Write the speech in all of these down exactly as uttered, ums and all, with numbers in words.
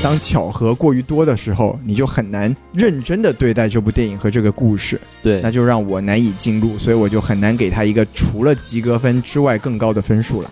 当巧合过于多的时候，你就很难认真的对待这部电影和这个故事， 对， 那就让我难以进入，所以我就很难给他一个除了及格分之外更高的分数了。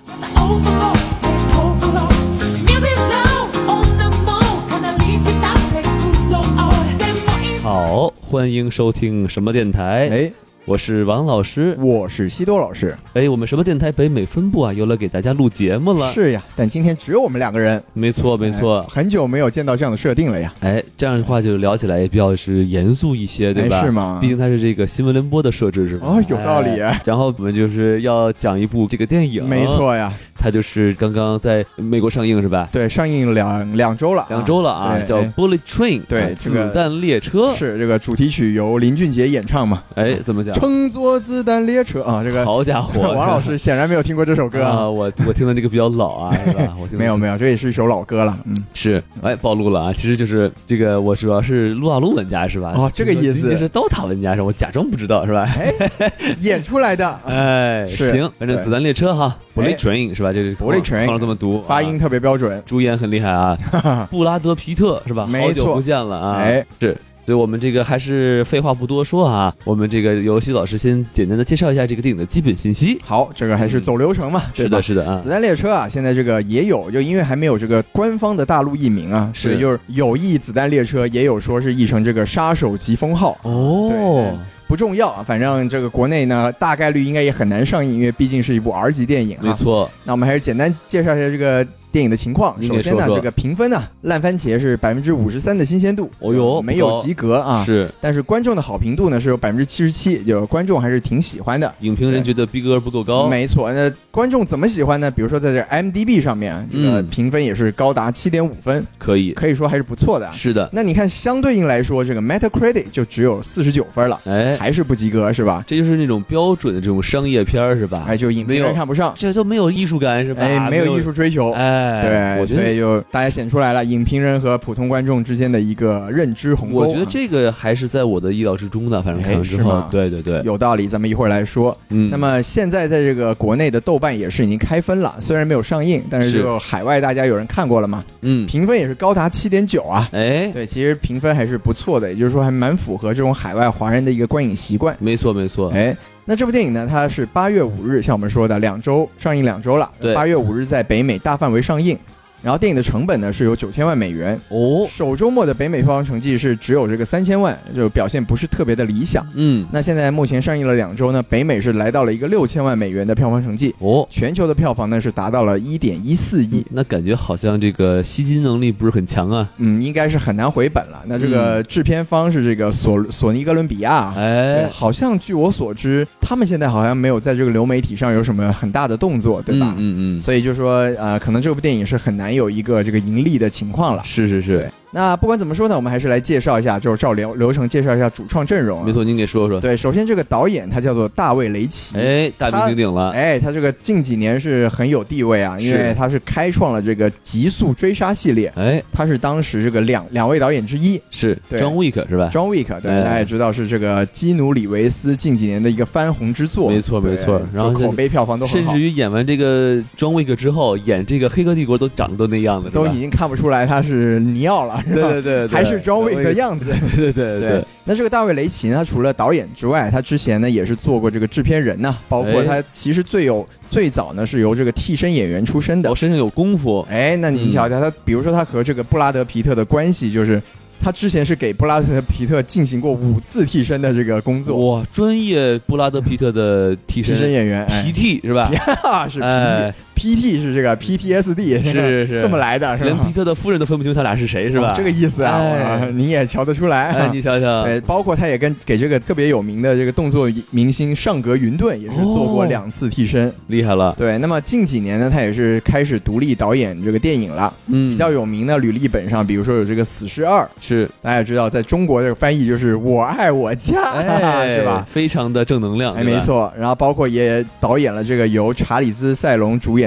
好，欢迎收听什么电台？ 哎， 我是王老师， 我是西多老师。 哎，我们什么电台北美分部啊，又来给大家录节目了。 是呀，但今天只有我们两个人。 没错，没错、 哎，很久没有见到这样的设定了呀。 哎，这样的话就聊起来也比较是严肃一些，对吧？ 哎、是吗？ 毕竟它是这个新闻联播的设置，是吧？ 哦，有道理、 哎。然后我们就是要讲一部这个电影， 没错呀。 它就是刚刚在美国上映，是吧？ 对，上映两两周了， 两周了啊，叫 Bullet Train， 对、 啊，子弹列车， 是这个主题曲由林俊杰演唱嘛？ 哎，怎么讲？ 乘坐子弹列车啊，这个好家伙， 王老师显然没有听过这首歌啊， 啊我我听的这个比较老啊，是吧？我听没有没有，这也是一首老歌了，嗯， 是，哎，暴露了啊，其实就是这个，我主要是撸啊撸玩家是吧？ 哦，这个意思， 这是刀塔玩家是吧？我假装不知道是吧？ 哎，演出来的， 哎，行，反正子弹列车哈。Bullet Train 是吧？这是 Bullet Train， 放了这么读， 发音特别标准， 主演很厉害啊，布拉德皮特是吧？好久不见了啊！ 哎， 是，所以我们这个还是废话不多说啊，我们这个由西老师先简单的介绍一下这个电影的基本信息。 好，这个还是走流程嘛， 嗯、是的，是的啊。 子弹列车啊，现在这个也有，就因为还没有这个官方的大陆译名啊， 是所以就是有译子弹列车，也有说是译成这个杀手疾风号。 哦。 不重要啊，反正这个国内呢大概率应该也很难上映，因为毕竟是一部 R 级电影啊。 没错。 那我们还是简单介绍一下这个电影的情况。首先呢，这个评分呢，烂番茄是百分之五十三的新鲜度， 哦哟， 没有及格啊。 是， 但是观众的好评度呢是有百分之七十七，就观众还是挺喜欢的。 影评人觉得逼格不够高。 没错，那观众怎么喜欢呢？比如说在这 I M D B 上面，这个评分也是高达七点五分， 可以， 可以说还是不错的。 是的。 那你看，相对应来说，这个 Metacritic 就只有四十九分了， 哎， 还是不及格，是吧？ 这就是那种标准的这种商业片是吧？ 哎，就影评人看不上， 这都没有艺术感是吧？ 哎，没有艺术追求， 哎， 对， 我觉得所以就大家显出来了影评人和普通观众之间的一个认知鸿沟。 我觉得这个还是在我的意料之中的，反正看完之后，哎、对对对， 有道理，咱们一会儿来说。 嗯， 那么现在在这个国内的豆瓣也是已经开分了，虽然没有上映，但是就海外大家有人看过了嘛， 嗯， 评分也是高达七点九啊， 哎， 对，其实评分还是不错的，也就是说还蛮符合这种海外华人的一个观影习惯。 没错没错， 哎。那这部电影呢，它是八月五日，像我们说的两周上映两周了，八月五日在北美大范围上映。然后电影的成本呢是有九千万美元哦， 首周末的北美票房成绩是只有这个三千万，就表现不是特别的理想。 嗯， 那现在目前上映了两周呢，北美是来到了一个六千万美元的票房成绩哦， 全球的票房呢是达到了一点一四亿、嗯， 那感觉好像这个吸金能力不是很强啊。 嗯，应该是很难回本了。那这个制片方是这个索索尼哥伦比亚， 哎， 好像据我所知，他们现在好像没有在这个流媒体上有什么很大的动作，对吧？ 嗯嗯嗯， 所以就说呃，可能这部电影是很难有一个这个盈利的情况了。 是是是。 那不管怎么说呢，我们还是来介绍一下，就是照流流程介绍一下主创阵容、啊。 没错，您给说说。 对，首先这个导演他叫做大卫雷奇， 哎，大名鼎鼎了。 哎，他这个近几年是很有地位啊，因为他是开创了这个极速追杀系列。 哎， 他是当时这个两两位导演之一， 是 John Wick 是吧 ？John Wick， 对，哎、大家也知道是这个基努里维斯近几年的一个翻红之作。 没错没错，然后口碑票房都很好，甚至于演完这个 John Wick 之后，演这个黑客帝国都长得都那样子， 都已经看不出来他是尼奥了，是吧？ 对对 对, 对。 还是 John Wick 的样子， 对对对 对, 对。 那这个大卫雷奇呢，他除了导演之外，他之前呢也是做过这个制片人呢、啊，包括他其实最有、哎、最早呢是由这个替身演员出身的， 我、哦、身上有功夫。 哎，那你瞧瞧、嗯、他，比如说他和这个布拉德皮特的关系就是。他之前是给布拉德皮特进行过五次替身的这个工作， 哇，专业布拉德皮特的替身替身演员， 皮 T 是吧？ 是 P T，、哎、P T 是这个 P T S D， 是是是这么来的，是吧？ 连皮特的夫人都分不清他俩是谁，是吧？ 哦、这个意思啊、哎，你也瞧得出来、啊。 哎，你瞧瞧， 对，包括他也跟给这个特别有名的这个动作明星上格云顿也是做过两次替身，哦、 厉害了。 对，那么近几年呢，他也是开始独立导演这个电影了。嗯，比较有名的履历本上，比如说有这个《死侍二》， 是大家知道。在中国这个翻译就是我爱我家、 哎、 是吧？ 非常的正能量。 哎，没错。然后包括也导演了这个由查理兹·塞隆主演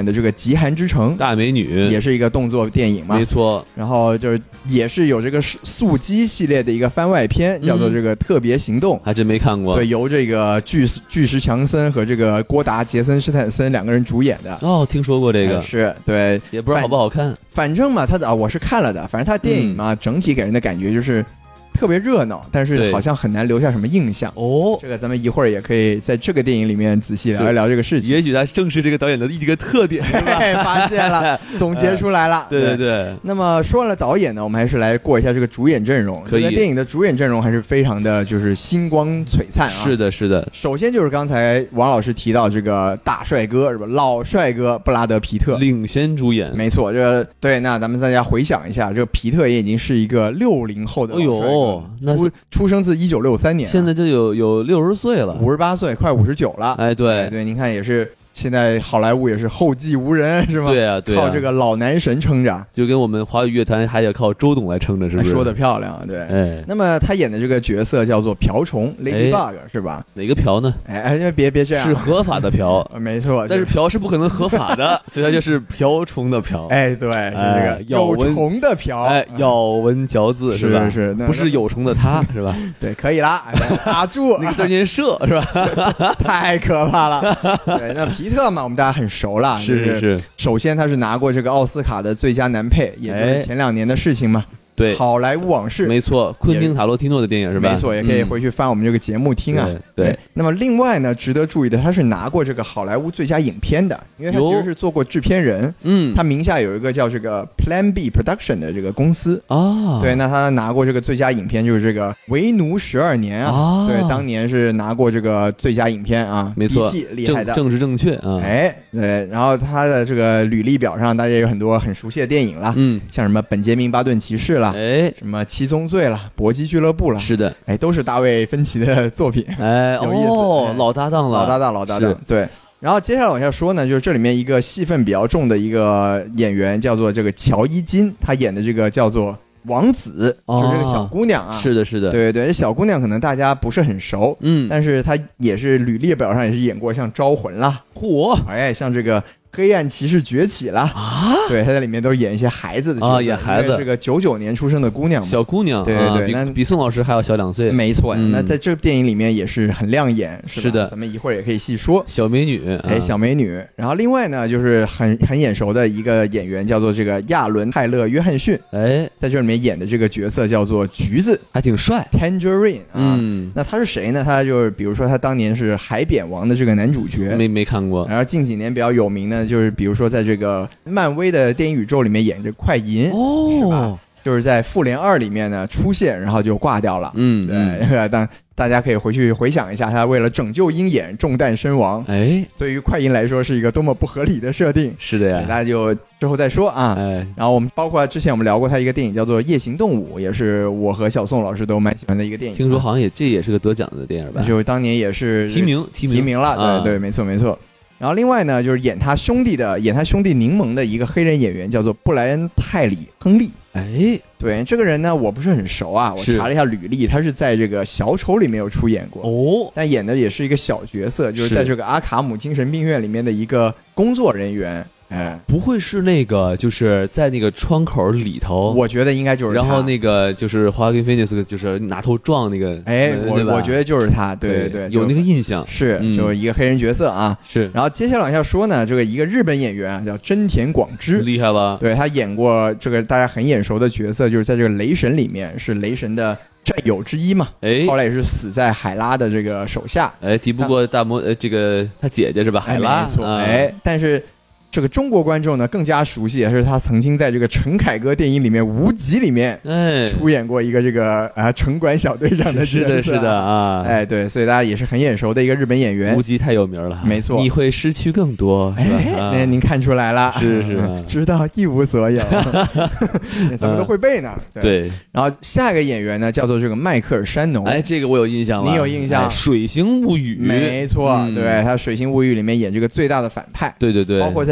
演的这个《极寒之城》， 大美女也是一个动作电影嘛， 没错。 然后就是也是有这个速激系列的一个番外篇，叫做这个《特别行动》， 还真没看过。 对，由这个巨巨石强森和这个郭达杰森施坦森两个人主演的。 哦，听说过这个， 哎、是对， 也不知道好不好看。 反正嘛，他的啊，我是看了的。反正他电影嘛，嗯、整体给人的感觉就是特别热闹，但是好像很难留下什么印象。 哦， 这个咱们一会儿也可以在这个电影里面仔细聊一聊这个事情。 也许它正是这个导演的一个特点，是吧？ 发现了，总结出来了。 对对对。 那么说完了导演呢，我们还是来过一下这个主演阵容。 可以。 这个电影的主演阵容还是非常的就是星光璀璨啊。 是的，是的。 首先就是刚才王老师提到这个大帅哥是吧？老帅哥布拉德皮特领衔主演。 没错，这个对。那咱们大家回想一下，这个皮特也已经是一个六零后的老帅哥。哎呦，那是。出生自一九六三年、啊， 现在就有有六十岁了， 五十八岁，快五十九了。 哎，对、 哎、对，您看也是。现在好莱坞也是后继无人，是吗？ 对啊，对啊， 靠这个老男神撑着， 就跟我们华语乐坛还得靠周董来撑着，是不是？ 说得漂亮，对。 哎， 那么他演的这个角色叫做瓢虫 Ladybug、哎、是吧？ 哪个瓢呢？ 哎，别别这样， 是合法的瓢， 没错。 但是瓢是不可能合法的，所以它就是瓢虫的瓢。 哎，对，是这个有虫的瓢， 哎，咬文嚼字是吧？ 是是， 不是有虫的它是吧？ 对，可以啦，打住， 那个字念射是吧？ 太可怕了。对，那皮特嘛，我们大家很。很熟了， 是是是。 首先，他是拿过这个奥斯卡的最佳男配，也就是前两年的事情嘛。 对， 好莱坞往事， 没错，昆汀塔洛提诺的电影是吧？ 没错，也可以回去翻我们这个节目听啊。 嗯、对, 对。 那么另外呢，值得注意的，他是拿过这个好莱坞最佳影片的，因为他其实是做过制片人。嗯。他名下有一个叫这个 Plan B Production 的这个公司啊、哦。对，那他拿过这个最佳影片就是这个《为奴十二年》啊。哦。对，当年是拿过这个最佳影片啊。 没错。 厉害的。 政治正确啊。 哎，对。然后他的这个履历表上，大家也有很多很熟悉的电影啦。嗯。像什么《本杰明巴顿骑士》啦。 哎。 什么？七宗罪了，搏击俱乐部了， 是的， 哎，都是大卫芬奇的作品， 哎， 有意思， 哦哎、 老搭档了， 老搭档，老搭档，对。然后接下来往下说呢，就是这里面一个戏份比较重的一个演员，叫做这个乔伊金，他演的这个叫做王子，哦、就是这个小姑娘啊， 是的，是的， 对对，这小姑娘可能大家不是很熟，嗯，但是她也是履历表上也是演过像《招魂》啦， 嚯， 哎，像这个。黑暗骑士崛起了啊！对，他在里面都是演一些孩子的角色， 啊，演孩子， 这个九九年出生的姑娘嘛， 小姑娘， 对对对， 啊、比, 比宋老师还要小两岁， 没错、嗯。那在这部电影里面也是很亮眼，是吧？ 是的， 咱们一会儿也可以细说。 小美女， 哎，小美女。然后另外呢，就是很很眼熟的一个演员，叫做这个亚伦·泰勒·约翰逊，哎，在这里面演的这个角色叫做橘子， 还挺帅 ，Tangerine 啊。嗯，那他是谁呢？他就是比如说他当年是《海扁王》的这个男主角， 没没看过。 然后近几年比较有名的，就是比如说在这个漫威的电影宇宙里面演着快银，哦，是吧？就是在复联二里面呢出现，然后就挂掉了。嗯，对，但大家可以回去回想一下，他为了拯救鹰眼中弹身亡。哎，对于快银来说是一个多么不合理的设定。 是的呀， 大家就之后再说啊。哎，然后我们包括之前我们聊过他一个电影叫做《夜行动物》，也是我和小宋老师都蛮喜欢的一个电影。 听说好像也这也是个得奖的电影吧？ 就当年也是提名提名提名了。 啊、 对对，没错没错。然后另外呢，就是演他兄弟的，演他兄弟柠檬的一个黑人演员叫做布莱恩·泰里·亨利。哎，对，这个人呢，我不是很熟啊，我查了一下履历，他是在这个小丑里面有出演过哦，但演的也是一个小角色，就是在这个阿卡姆精神病院里面的一个工作人员。哎， 不会是那个就是在那个窗口里头？ 我觉得应该就是他。 然后那个就是华根菲尼斯，就是拿头撞那个。 哎，我我觉得就是他，对对对， 有那个印象。 是，就是一个黑人角色啊。 是。 然后接下来往下说呢，这个一个日本演员啊，叫真田广之， 厉害了。 对，他演过这个大家很眼熟的角色，就是在这个雷神里面是雷神的战友之一嘛。哎，后来也是死在海拉的这个手下。 哎，敌不过大魔呃这个他姐姐是吧？海拉。 没错。哎，但是。这个中国观众呢更加熟悉，也是他曾经在这个陈凯歌电影里面《无极》里面，哎，出演过一个这个啊城管小队长的角色。 是的，是的啊， 哎，对，所以大家也是很眼熟的一个日本演员。 无极太有名了， 没错， 你会失去更多，是吧？ 哎，那您看出来了， 是是， 知道一无所有，咱们都会背呢。 对， 然后下一个演员呢叫做这个迈克尔山农， 哎，这个我有印象了， 你有印象？《 水形物语》， 没错，对，他《水形物语》里面演这个最大的反派， 对对对， 包括在这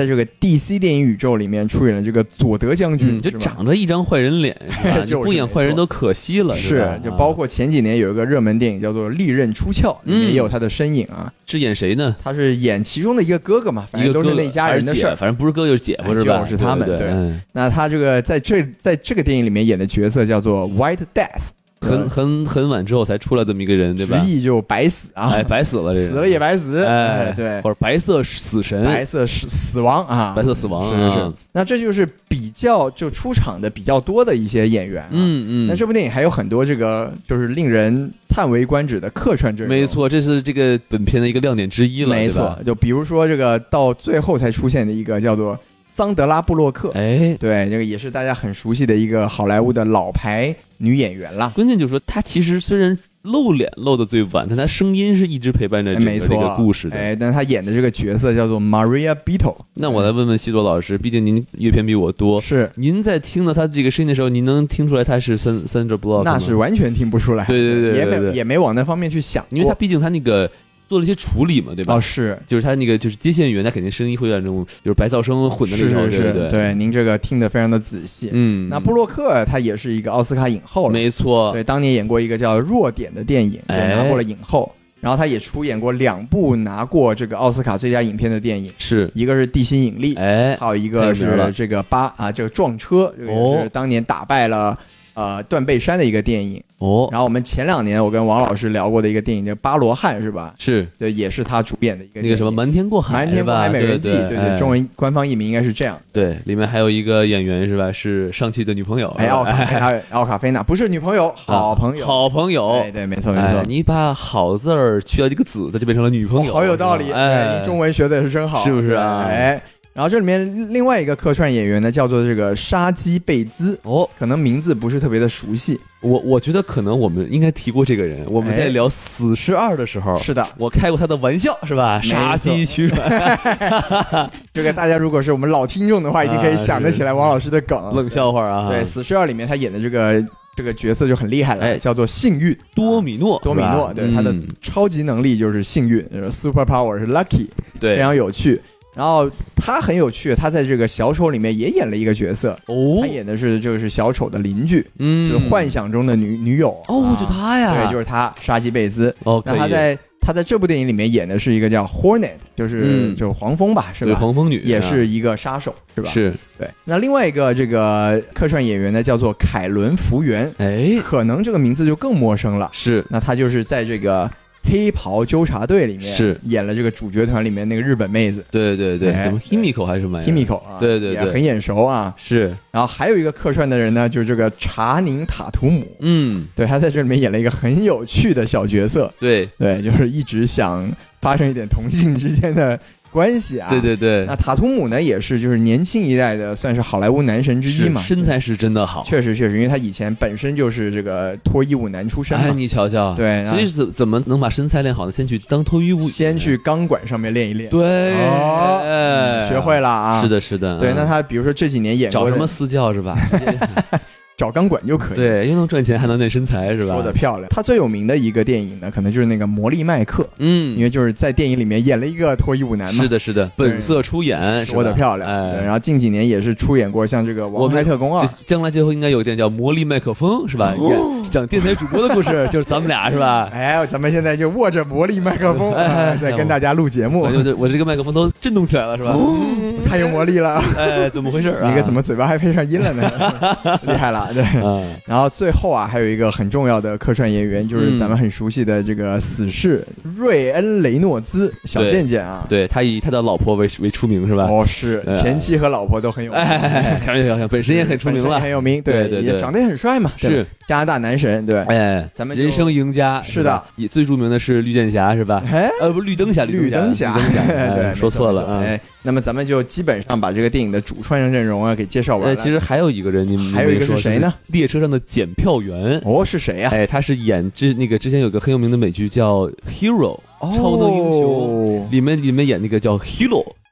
这个 D C 电影宇宙里面出演了这个佐德将军， 嗯、就长着一张坏人脸，是吧？ 就是不演坏人都可惜了， 是吧？就包括前几年有一个热门电影叫做《利刃出鞘》，里面也有他的身影啊。 是演谁呢？ 他是演其中的一个哥哥嘛，反正都是那家人的事儿， 反正不是哥就是姐夫是吧？ 就是他们。 对， 对对那他这个在这在这个电影里面演的角色叫做 White Death。 很很很晚之后才出来这么一个人，对吧？ 直译就白死啊， 哎，白死了，这死了也白死， 哎， 对， 或者白色死神， 白色死死亡啊， 白色死亡， 是是是。那这就是比较就出场的比较多的一些演员， 嗯嗯。 那这部电影还有很多这个就是令人叹为观止的客串阵容， 没错，这是这个本片的一个亮点之一了， 没错。就比如说这个到最后才出现的一个叫做桑德拉布洛克， 哎， 对，这个也是大家很熟悉的一个好莱坞的老牌女演员啦。 关键就是说，她其实虽然露脸露的最晚，但她声音是一直陪伴着整个这个故事的。 哎，但她演的这个角色叫做 Maria Beetle。 那我来问问西多老师，毕竟您阅片比我多， 是您在听到她这个声音的时候，您能听出来她是 Sandra Bullock 吗？ 那是完全听不出来。 对对 对, 对, 对, 对， 也没也没往那方面去想， 因为她毕竟她那个。做了一些处理嘛，对吧？ 哦，是， 就是他那个就是接线员，他肯定声音会有那种就是白噪声混的那种， 是是是， 对对对，您这个听得非常的仔细。 嗯， 那布洛克他也是一个奥斯卡影后了， 没错， 对，当年演过一个叫《弱点》的电影，就拿过了影后。哎，然后他也出演过两部拿过这个奥斯卡最佳影片的电影， 是一个是《地心引力》， 哎， 还有一个是这个八啊，这个撞车，这个也是当年打败了。呃，断背山的一个电影哦， 然后我们前两年我跟王老师聊过的一个电影叫《巴罗汉》，是吧？ 是， 对，也是他主演的一个那个什么《瞒天过海》， 瞒天过海美人计，对对对，中文官方译名应该是这样。 对，里面还有一个演员是吧？是上汽的女朋友， 哎，奥卡奥卡菲娜不是女朋友，好朋友， 好朋友， 对对，没错没错。 你把好字儿去掉一个子，它就变成了女朋友， 好有道理。哎，中文学的也是真好， 是不是啊？ 哎。然后这里面另外一个客串演员呢，叫做这个沙基贝兹哦， 可能名字不是特别的熟悉。 我我觉得可能我们应该提过这个人，我们在聊《死侍二》的时候， 是的， 我开过他的玩笑，是吧？杀鸡取卵， 这个大家如果是我们老听众的话，一定可以想得起来王老师的梗， 冷笑话啊。 对，《死侍二》里面他演的这个这个角色就很厉害了，哎，叫做幸运多米诺， 多米诺，对，他的超级能力就是幸运，就是 super power 是 lucky， 对， 非常有趣。然后他很有趣，他在这个小丑里面也演了一个角色哦， 他演的是就是小丑的邻居， 嗯， 就是幻想中的女女友哦，啊、就他呀， 对，就是他，沙基贝兹。 哦， 那他在他在这部电影里面演的是一个叫 Hornet， 就是、嗯、就是黄蜂吧，是吧？ 对，黄蜂女也是一个杀手，是吧？ 是对。那另外一个这个客串演员呢，叫做凯伦福原， 哎， 可能这个名字就更陌生了。 是， 那他就是在这个。黑袍纠察队里面是演了这个主角团里面那个日本妹子， 对对对，什么 Himiko 还是什么 Himiko 啊， 对对对， 很眼熟啊。 是， 然后还有一个客串的人呢，就是这个查宁塔图姆， 嗯， 对，他在这里面演了一个很有趣的小角色， 对对，就是一直想发生一点同性之间的关系啊， 对对对。 那塔图姆呢，也是就是年轻一代的，算是好莱坞男神之一嘛， 身材是真的好， 确实确实，因为他以前本身就是这个脱衣舞男出身嘛， 哎，你瞧瞧， 对， 所以怎怎么能把身材练好呢？先去当脱衣舞， 先去钢管上面练一练， 对， 哦， 哎、 学会了啊， 是的，是的， 对，那他比如说这几年演过找什么私教是吧？ 找钢管就可以， 对，又能赚钱还能练身材，是吧？ 说得漂亮。他最有名的一个电影呢，可能就是那个《魔力麦克》， 嗯， 因为就是在电影里面演了一个脱衣舞男嘛。 是的，是的，本色出演， 说得漂亮。 哎， 然后近几年也是出演过像这个《王牌特工二》， 将来最后应该有电影叫《魔力麦克风》，是吧？ 哦， 讲电台主播的故事，就是咱们俩，是吧？ 哎，咱们现在就握着魔力麦克风，哎，在跟大家录节目。 我我这个麦克风都震动起来了，是吧？ 哦，太有魔力了。 哎，怎么回事啊？ 你个怎么嘴巴还配上音了呢？厉害了，对。 嗯然后最后啊，还有一个很重要的客串演员，就是咱们很熟悉的这个死侍瑞恩·雷诺兹小贱贱啊， 对，他以他的老婆为为出名是吧？ 哦，是前妻和老婆都很有名， 哎，开玩笑，本身也很出名了， 很有名，对对对， 也长得也很帅嘛， 是加拿大男神，对， 哎， 咱们人生赢家是的， 也最著名的是绿箭侠是吧？ 哎， 呃，不，绿灯侠， 绿灯侠， 对，说错了啊。 哎，那么咱们就基本上把这个电影的主创阵容啊给介绍完了。 其实还有一个人，你们还有一个是谁呢？ 列车上的检票员。 哦，是谁呀？ 哎，他是演之那个之前有个很有名的美剧叫《Hero》，超能英雄，里面里面演那个叫 Hero。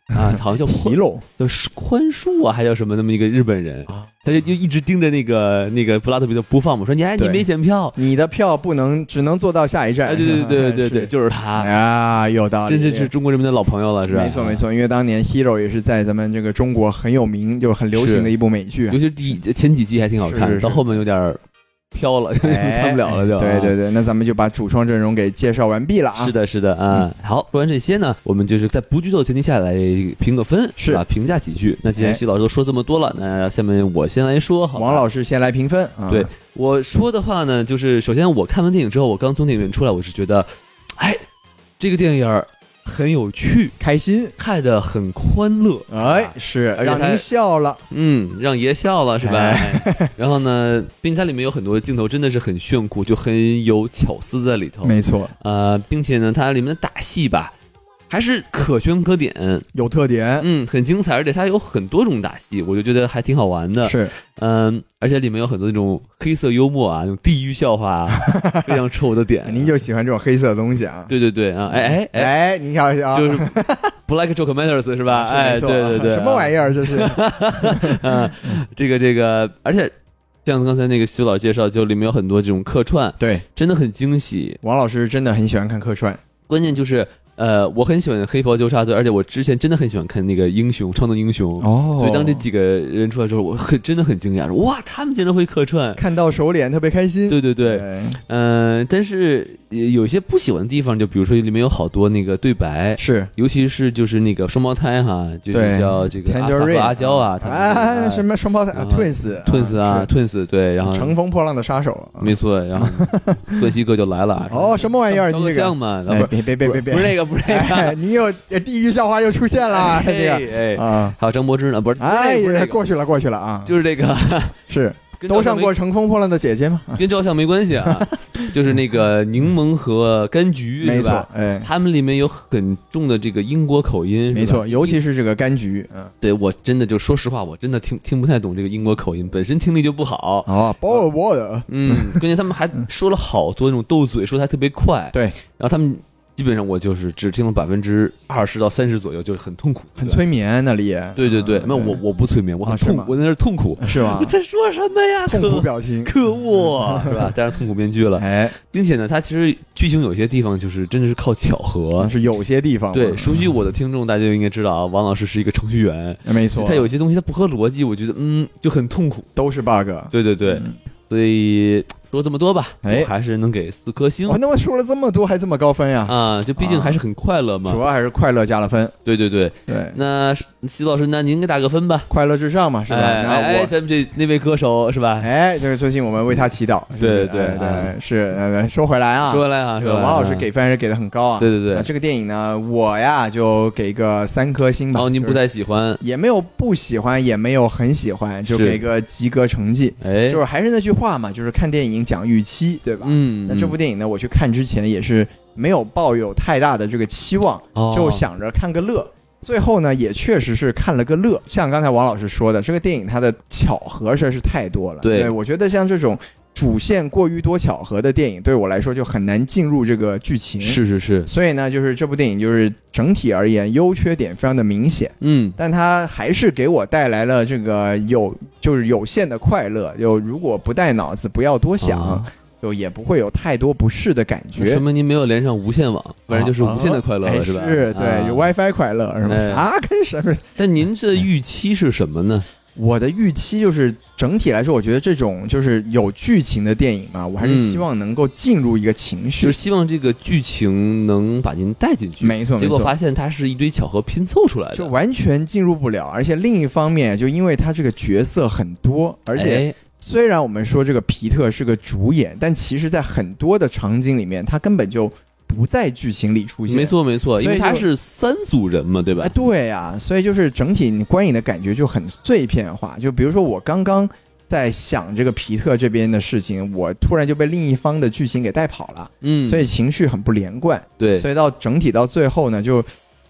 啊，好像叫皮肉， 叫宽恕啊，还叫什么那么一个日本人，啊、他就就一直盯着那个那个布拉德皮特不放嘛，说你哎你没检票， 你的票不能只能坐到下一站。 哎、对对对对对，就是他啊，有道理， 真是是中国人民的老朋友了，是吧？ 没错没错，因为当年 Hero 也是在咱们这个中国很有名，就很流行的一部美剧， 尤其是第一前几季还挺好看， 是是是到后面有点飘了， 哎、 看不了了就。 对对对，那咱们就把主创阵容给介绍完毕了啊。 是的，是的啊、嗯。好，说完这些呢，我们就是在不剧透的前提下来评个分， 是吧？评价几句。那既然徐老师都说这么多了，那下面我先来说，好吧？ 王老师先来评分。 啊、对我说的话呢，就是首先我看完电影之后，我刚从电影院出来，我是觉得，哎，这个电影很有趣， 开心， 看得很欢乐， 哎，是让您笑了， 嗯，让爷笑了，是吧？哎、然后呢，并且它里面有很多镜头真的是很炫酷，就很有巧思在里头， 没错。 呃，并且呢，它里面的打戏吧，还是可圈可点， 有特点， 嗯，很精彩，而且它有很多种打戏，我就觉得还挺好玩的。 是， 嗯，而且里面有很多那种黑色幽默啊，那种地狱笑话、啊，非常戳我的点。 您就喜欢这种黑色的东西啊？ 对对对啊，哎哎哎哎，你瞧瞧， 就是 Black Joke Matters 是吧？ 是哎，对对对， 什么玩意儿这是？ 嗯，这个这个，而且像刚才那个徐老师介绍，就里面有很多这种客串， 对， 真的很惊喜。 王老师真的很喜欢看客串， 关键就是。呃，我很喜欢黑袍纠察队，而且我之前真的很喜欢看那个英雄超能英雄哦， 所以当这几个人出来之后，我很真的很惊讶，哇，他们竟然会客串， 看到熟脸特别开心。 对对对，嗯、呃，但是有些不喜欢的地方，就比如说里面有好多那个对白， 是， 尤其是就是那个双胞胎哈，就是叫这个阿萨和阿娇啊，他们啊什么双胞胎啊 twins twins 啊 twins 对，然后乘风破浪的杀手， 没错，然后冠希哥就来了， 哦，什么玩意儿？你这个像嘛？ 哎，别别别别别， 不是那个。不是那个、 哎，你有地狱笑话又出现了，这个哎啊，还有张柏芝呢，不是， 哎， 不是、那个、 过去了过去了啊， 就是这个是都上过《乘风破浪的姐姐》吗？ 跟照相没关系啊，就是那个柠檬和柑橘， 没错，哎， 他们里面有很重的这个英国口音， 没错，尤其是这个柑橘， 嗯，对我真的就说实话，我真的听听不太懂这个英国口音，本身听力就不好啊，包了我的， 嗯，关键他们还说了好多那种斗嘴，说的还特别快， 对， 然后他们。基本上我就是只听了百分之二十到三十左右，就是很痛苦， 很催眠那里。 对对对，那、嗯、我我不催眠，我很痛，啊、我在那儿痛苦， 是吗？ 我在说什么呀？ 痛苦表情， 可恶，是吧？戴上痛苦面具了， 哎， 并且呢，它其实剧情有些地方就是真的是靠巧合， 是有些地方。 对，熟悉我的听众大家就应该知道啊，王老师是一个程序员， 没错， 他有些东西他不合逻辑，我觉得嗯就很痛苦， 都是 bug。 对对对，嗯、所以。说这么多吧， 哎， 我还是能给四颗星。 哦，那么说了这么多，还这么高分呀？ 啊，就毕竟还是很快乐嘛。 主要还是快乐加了分。 对对对对。 那徐老师，那您给打个分吧。 快乐至上嘛，是吧？ 哎， 那我哎，咱们这那位歌手是吧？ 哎，就是最近我们为他祈祷。 对对对，是。呃，说回来啊， 说回来啊， 王老师给分还是给的很高啊。 对对对。 这个电影呢，我呀就给个三颗星吧。 哦，您不太喜欢？ 也没有不喜欢，也没有很喜欢，就给个及格成绩。 哎， 就是还是那句话嘛，就是看电影讲预期。对吧？ 嗯， 那这部电影呢，我去看之前也是没有抱有太大的这个期望， 哦、 就想着看个乐。最后呢，也确实是看了个乐。像刚才王老师说的，这个电影它的巧合实在是太多了。 对， 对我觉得像这种主线过于多巧合的电影，对我来说就很难进入这个剧情。 是是是。 所以呢，就是这部电影就是整体而言优缺点非常的明显。 嗯， 但它还是给我带来了这个有就是有限的快乐。就如果不带脑子，不要多想。哦，就也不会有太多不适的感觉， 说明您没有连上无线网，不然就是无限的快乐了， 啊、 是吧？ 是，对，啊、有 WiFi 快乐是吧？ 哎、 啊，跟什么？ 但您这预期是什么呢？ 我的预期就是整体来说，我觉得这种就是有剧情的电影嘛，我还是希望能够进入一个情绪， 嗯、就是希望这个剧情能把您带进去。 没错， 结果发现它是一堆巧合拼凑出来的， 就完全进入不了。而且另一方面，就因为它这个角色很多，而且。哎虽然我们说这个皮特是个主演，但其实在很多的场景里面，他根本就不在剧情里出现。 没错没错，因为他是三组人嘛，对吧？ 哎，对呀、啊，所以就是整体你观影的感觉就很碎片化。就比如说我刚刚在想这个皮特这边的事情，我突然就被另一方的剧情给带跑了， 嗯， 所以情绪很不连贯。 对， 所以到整体到最后呢，就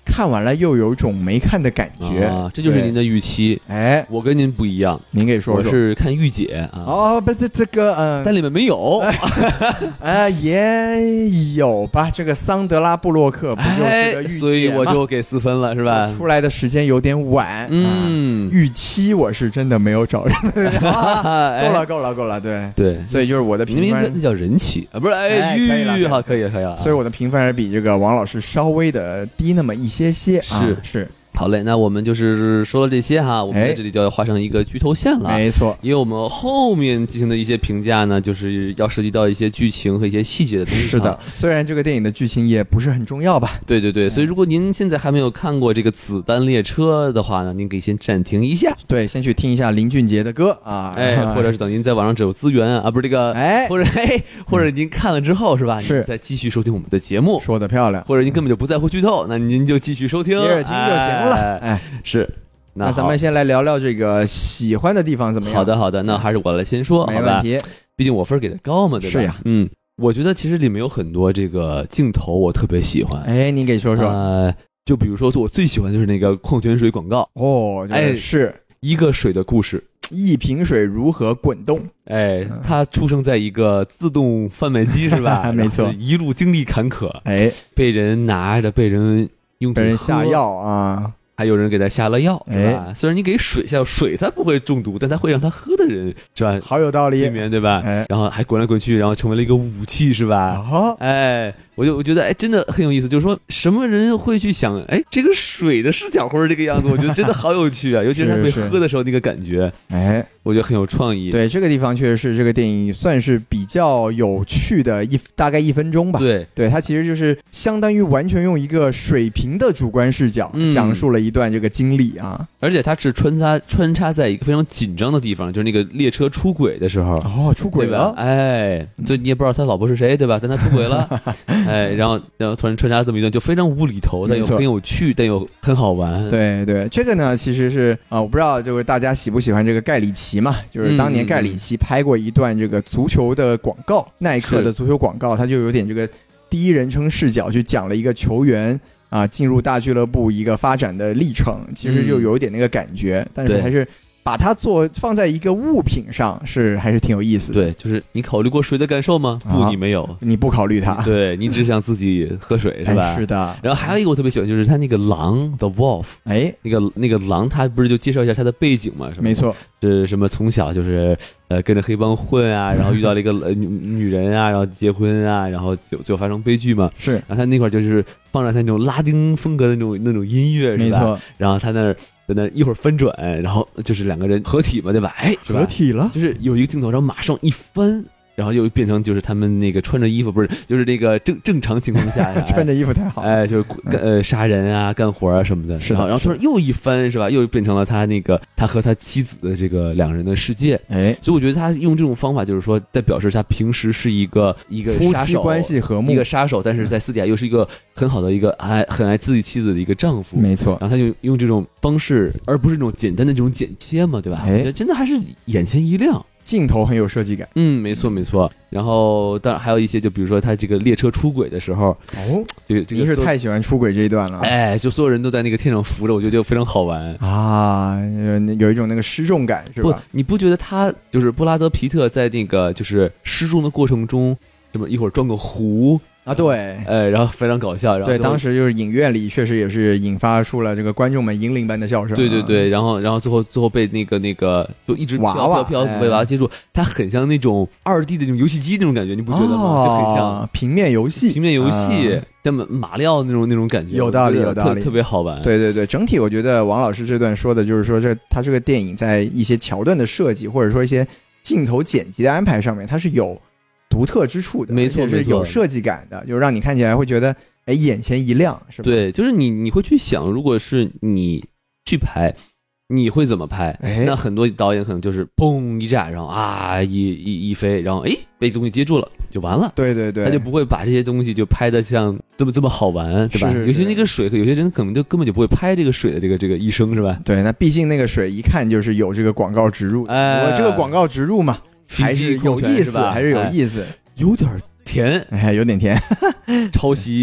看完了又有种没看的感觉啊，这就是您的预期。 哎， 我跟您不一样， 您给说说。 我是看御姐啊。 哦，不是这个，嗯， 但里面没有。 哎，也有吧？这个桑德拉布洛克不就是个御姐吗？ 所以我就给四分了，是吧？ 出来的时间有点晚， 嗯， 预期我是真的没有找人。 啊、 够了，够了，够了，对对， 所以就是我的评分， 那叫人气啊，不是？哎，御好，可以，可以了。 所以我的评分还比这个王老师稍微的低那么一些些， 是、 啊、是。 好嘞，那我们就是说了这些哈，我们在这里就要画上一个剧透线了。 没错， 因为我们后面进行的一些评价呢，就是要涉及到一些剧情和一些细节的东西。 是的，虽然这个电影的剧情也不是很重要吧。 对对对，所以如果您现在还没有看过这个《子弹列车》的话呢，您可以先暂停一下， 对，先去听一下林俊杰的歌啊， 哎，或者是等您在网上只有资源啊，不是这个， 哎， 或者哎，或者您看了之后是吧？ 是， 再继续收听我们的节目， 说得漂亮。 或者您根本就不在乎剧透，那您就继续收听， 接着听就行了，哎。哎是， 那, 那咱们先来聊聊这个喜欢的地方怎么样？ 好的，好的，那还是我来先说， 没问题。 毕竟我分给的高嘛，对吧？ 是呀， 嗯，我觉得其实里面有很多这个镜头我特别喜欢。 哎，你给说说。 呃，就比如说我最喜欢就是那个矿泉水广告。 哦，哎，是一个水的故事， 一瓶水如何滚动。 哎，他出生在一个自动贩卖机是吧？ 没错， 一路经历坎坷， 哎， 被人拿着，被人用被人下药啊。 还有人给他下了药，是吧？ 哎、 虽然你给水下水，它不会中毒，但它会让他喝的人，是吧？ 好有道理， 睡眠对吧？ 哎、 然后还滚来滚去，然后成为了一个武器，是吧？ 啊、 哎，我就我觉得，哎，真的很有意思。就是说，什么人会去想，哎，这个水的视角或者这个样子，我觉得真的好有趣啊！尤其是他被喝的时候那个感觉， 哎， 我觉得很有创意。 对，这个地方确实是这个电影算是比较有趣的一大概一分钟吧。 对， 对，它其实就是相当于完全用一个水平的主观视角、嗯、讲述了一段这个经历。啊！ 而且它是穿插穿插在一个非常紧张的地方，就是那个列车出轨的时候。 哦，出轨了！ 哎，所以你也不知道他老婆是谁，对吧？但他出轨了，哎，然后然后突然穿插这么一段，就非常无厘头，但又很有趣，但又很好玩。 对对，这个呢，其实是啊、呃，我不知道就是大家喜不喜欢这个盖里奇嘛？就是当年盖里奇拍过一段这个足球的广告，嗯、耐克的足球广告，他就有点这个第一人称视角去讲了一个球员。啊，进入大俱乐部一个发展的历程，其实就有一点那个感觉，嗯、但是还是把它做放在一个物品上，是还是挺有意思的。 对，就是你考虑过水的感受吗？啊、不，你没有， 你不考虑它， 对你只想自己喝水，是吧？ 哎、是的。 然后还有一个我特别喜欢，就是他那个狼 The Wolf， 哎， 那个那个狼，他不是就介绍一下他的背景吗？ 没错， 是什么从小就是呃跟着黑帮混啊，然后遇到了一个、呃、女女人啊，然后结婚啊，然后就就发生悲剧嘛。 是， 然后他那块就是放着他那种拉丁风格的那种那种音乐，是吧？ 没错。 然后他那儿在那一会儿翻转，然后就是两个人合体嘛，对吧？哎， 合体了， 就是有一个镜头，然后马上一翻。然后又变成就是他们那个穿着衣服，不是就是那个正正常情况下穿着衣服太好， 哎，就是呃杀人啊、干活啊什么的， 是的。 然后突然又一翻，是吧？又变成了他那个他和他妻子的这个两人的世界， 哎， 所以我觉得他用这种方法，就是说在表示他平时是一个一个夫妻关系和睦， 一个杀手，但是在私底下又是一个很好的一个爱很爱自己妻子的一个丈夫， 没错。 然后他就用这种方式，而不是那种简单的这种剪切嘛，对吧？ 哎， 我觉得真的还是眼前一亮。 镜头很有设计感， 嗯，没错没错。然后当然还有一些，就比如说他这个列车出轨的时候， 哦， 这个这个您是太喜欢出轨这一段了， 哎，就所有人都在那个天上浮着，我觉得就非常好玩啊，有一种那个失重感，是吧？ 不，你不觉得他就是布拉德皮特在那个就是失重的过程中，这么一会儿装个壶？ 啊，对， 呃，然后非常搞笑，然后对，当时就是影院里确实也是引发出了这个观众们银铃般的笑声， 对对对，然后然后最后最后被那个那个就一直娃娃飘飘被娃娃接住，它很像那种二 D 的那种游戏机那种感觉，你不觉得吗？ 哦、 就很像平面游戏， 平面游戏，像马里奥那种那种感觉， 有道理，有道理， 特别好玩。 对对对，整体我觉得王老师这段说的就是说，这他这个电影在一些桥段的设计，或者说一些镜头剪辑的安排上面，它是有独特之处的， 没错， 是有设计感的，就是让你看起来会觉得哎眼前一亮，是吧？ 对，就是你你会去想，如果是你去拍，你会怎么拍？ 哎， 那很多导演可能就是砰一炸，然后啊一一一飞，然后哎被东西接住了就完了。 对对对， 他就不会把这些东西就拍得像这么这么好玩，对吧？ 是是是， 尤其那个水，有些人可能就根本就不会拍这个水的这个这个一生，是吧？ 对，那毕竟那个水一看就是有这个广告植入， 哎， 我这个广告植入嘛。还是有意思，还是有意思， 哎、有点甜， 哎，有点甜， 抄袭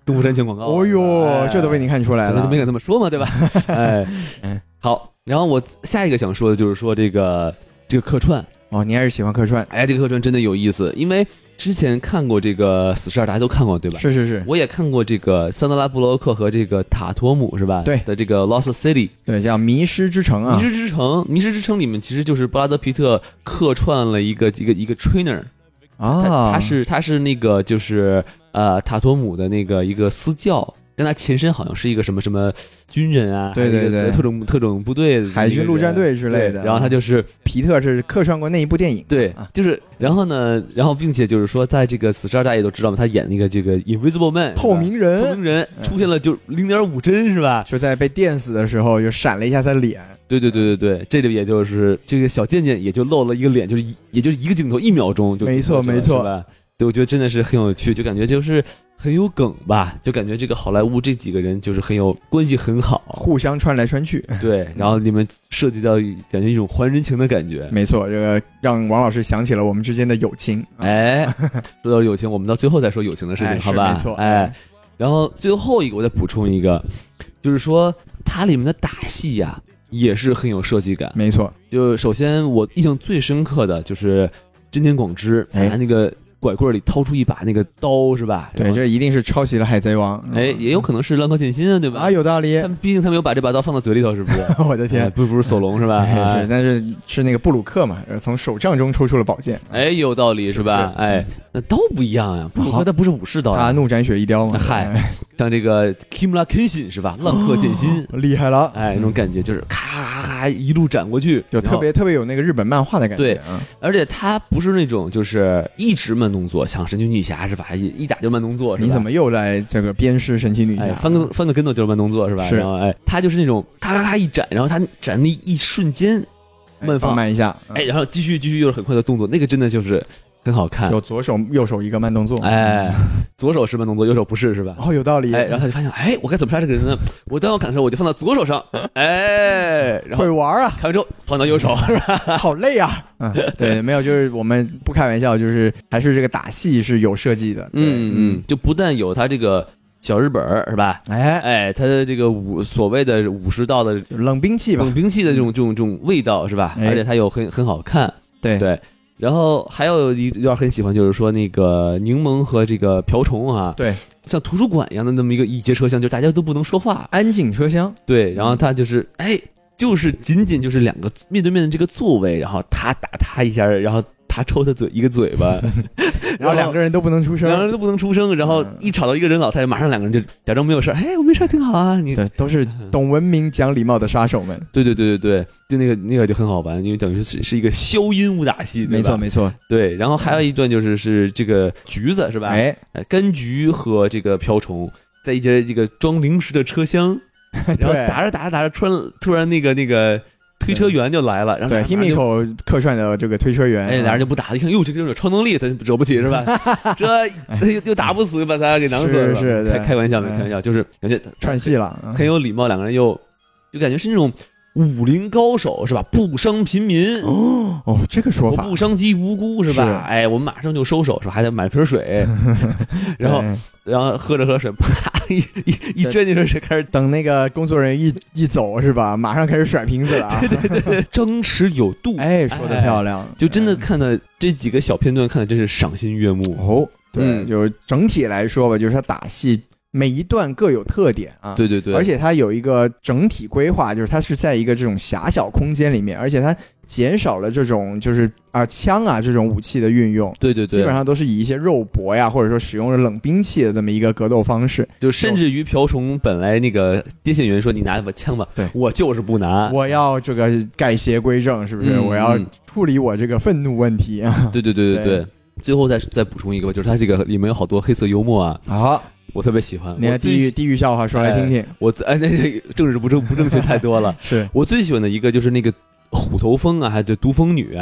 东部山泉广告。 哦呦，哎、这都被你看出来了， 没敢这么说嘛，对吧？哎，好，然后我下一个想说的就是说这个这个客串哦，你还是喜欢客串？ 哎，这个客串真的有意思，因为之前看过这个死侍二，大家都看过对吧？ 是是是， 我也看过这个桑德拉布洛克和这个塔托姆是吧？ 对的这个 Lost City， 对，叫迷失之城啊。 迷失之城，迷失之城里面其实就是布拉德皮特客串了一个一个一个 trainer 啊， 他, 他是他是那个就是呃塔托姆的那个一个私教。但他前身好像是一个什么什么军人啊， 对对对， 特种特种部队、 海军陆战队之类的。 然后他就是皮特是客串过那一部电影， 对， 啊、 就是然后呢，然后并且就是说，在这个死侍二大家也都知道嘛，他演那个这个 Invisible Man 透明人， 透明人出现了就零点五帧是吧？ 就在被电死的时候就闪了一下他的脸。 对对对对对，这里也就是这个小贱贱也就露了一个脸，就是也就是一个镜头一秒钟就没错没错是吧？对，我觉得真的是很有趣，就感觉就是很有梗吧，就感觉这个好莱坞这几个人就是很有关系很好， 互相穿来穿去。 对，然后你们涉及到感觉一种还人情的感觉。 没错，这个让王老师想起了我们之间的友情。 哎，说到友情，我们到最后再说友情的事情， 哎、 好吧？ 没错。 哎，然后最后一个我再补充一个，就是说它里面的打戏呀、啊、也是很有设计感。 没错， 就首先我印象最深刻的就是真田广之拿那个。拐棍里掏出一把那个刀是吧？ 对，这一定是抄袭了海贼王。 哎，也有可能是浪客剑心啊，对吧？ 啊，有道理。 他们毕竟他没有把这把刀放到嘴里头，是不是？ 我的天， 哎、不不是索隆是吧？ 哎、是，但是是那个布鲁克嘛，从手杖中抽出了宝剑。 哎，有道理是吧？是是哎，那刀不一样呀，布鲁克他不是武士刀， 他怒斩雪一雕嘛。 嗨，像这个 Kimura Kenshin 是吧？浪客剑心、 哦、厉害了， 哎，那种感觉就是咔咔咔一路斩过去， 就特别特别有那个日本漫画的感觉。 对，而且他不是那种就是一直慢动作，像神奇女侠是吧？一一打就慢动作，是吧？ 你怎么又来这个鞭尸神奇女侠？ 哎、翻个翻个跟头就是慢动作是吧？ 是。 然后哎，他就是那种咔咔咔一斩，然后他斩那一瞬间慢放、 哎、放慢一下， 哎，然后继续继续又是很快的动作，那个真的就是很好看。 就左手右手一个慢动作， 哎，左手是慢动作，右手不是是吧？ 哦，有道理。 哎，然后他就发现，哎，我该怎么杀这个人呢？我当我砍的时候，我就放到左手上，哎，然后会玩啊， 砍完之后放到右手，是吧？ 好累啊。嗯，对，没有，就是我们不开玩笑，就是还是这个打戏是有设计的。 嗯嗯，就不但有他这个小日本是吧？ 哎哎，他的这个武所谓的武士道的冷兵器吧， 冷兵器的这种这种这种味道是吧？ 哎、 而且他又很很好看。 对对。然后还有一段很喜欢，就是说那个柠檬和这个瓢虫啊， 对， 像图书馆一样的那么一个一节车厢，就大家都不能说话， 安静车厢。 对，然后他就是哎，就是仅仅就是两个面对面的这个座位，然后他打他一下，然后他抽他嘴一个嘴巴， 然后两个人都不能出声， 两个人都不能出声，然后一吵到一个人老太太，马上两个人就假装没有事，哎，我没事，挺好啊。你对，都是懂文明、讲礼貌的杀手们。 对对对对对，就那个那个就很好玩，因为等于是是一个消音武打戏， 没错没错。 对，然后还有一段就是是这个橘子是吧？ 哎， 柑橘和这个瓢虫在一节这个装零食的车厢，然后打着打着打着，突然突然那个那个。推车员就来了，然后对 Himiko 客串的这个推车员， 哎，俩人就不打，一看，哟，这个人有超能力，他惹不起是吧？这又又打不死，把他给囊死了。 是是， 开开玩笑没开玩笑，就是感觉串戏了， 很有礼貌，两个人又就感觉是那种武林高手是吧？不伤平民哦哦，这个说法不伤及无辜是吧？是哎，我们马上就收手是吧？还得买瓶水，然后然后喝着喝水，啪一一一钻进水开始等那个工作人员一一走是吧？马上开始甩瓶子了， 对对对对，张弛有度， 哎，说的漂亮， 就真的看的这几个小片段看的真是赏心悦目哦。对，就是整体来说吧，就是他打戏。每一段各有特点啊， 对对对， 而且它有一个整体规划，就是它是在一个这种狭小空间里面，而且它减少了这种就是啊枪啊这种武器的运用， 对对对， 基本上都是以一些肉搏呀，或者说使用了冷兵器的这么一个格斗方式， 就甚至于瓢虫本来那个接线员说你拿把枪吧， 对我就是不拿， 我要这个改邪归正，是不是？ 嗯、 我要处理我这个愤怒问题啊！ 对对对对对，最后再再补充一个吧，就是它这个里面有好多黑色幽默啊， 好。 我特别喜欢， 你看地狱地狱笑话说来听听。 哎、我哎那个政治不正不正确太多了。 是我最喜欢的一个就是那个虎头蜂啊，还有毒蜂女啊。 对，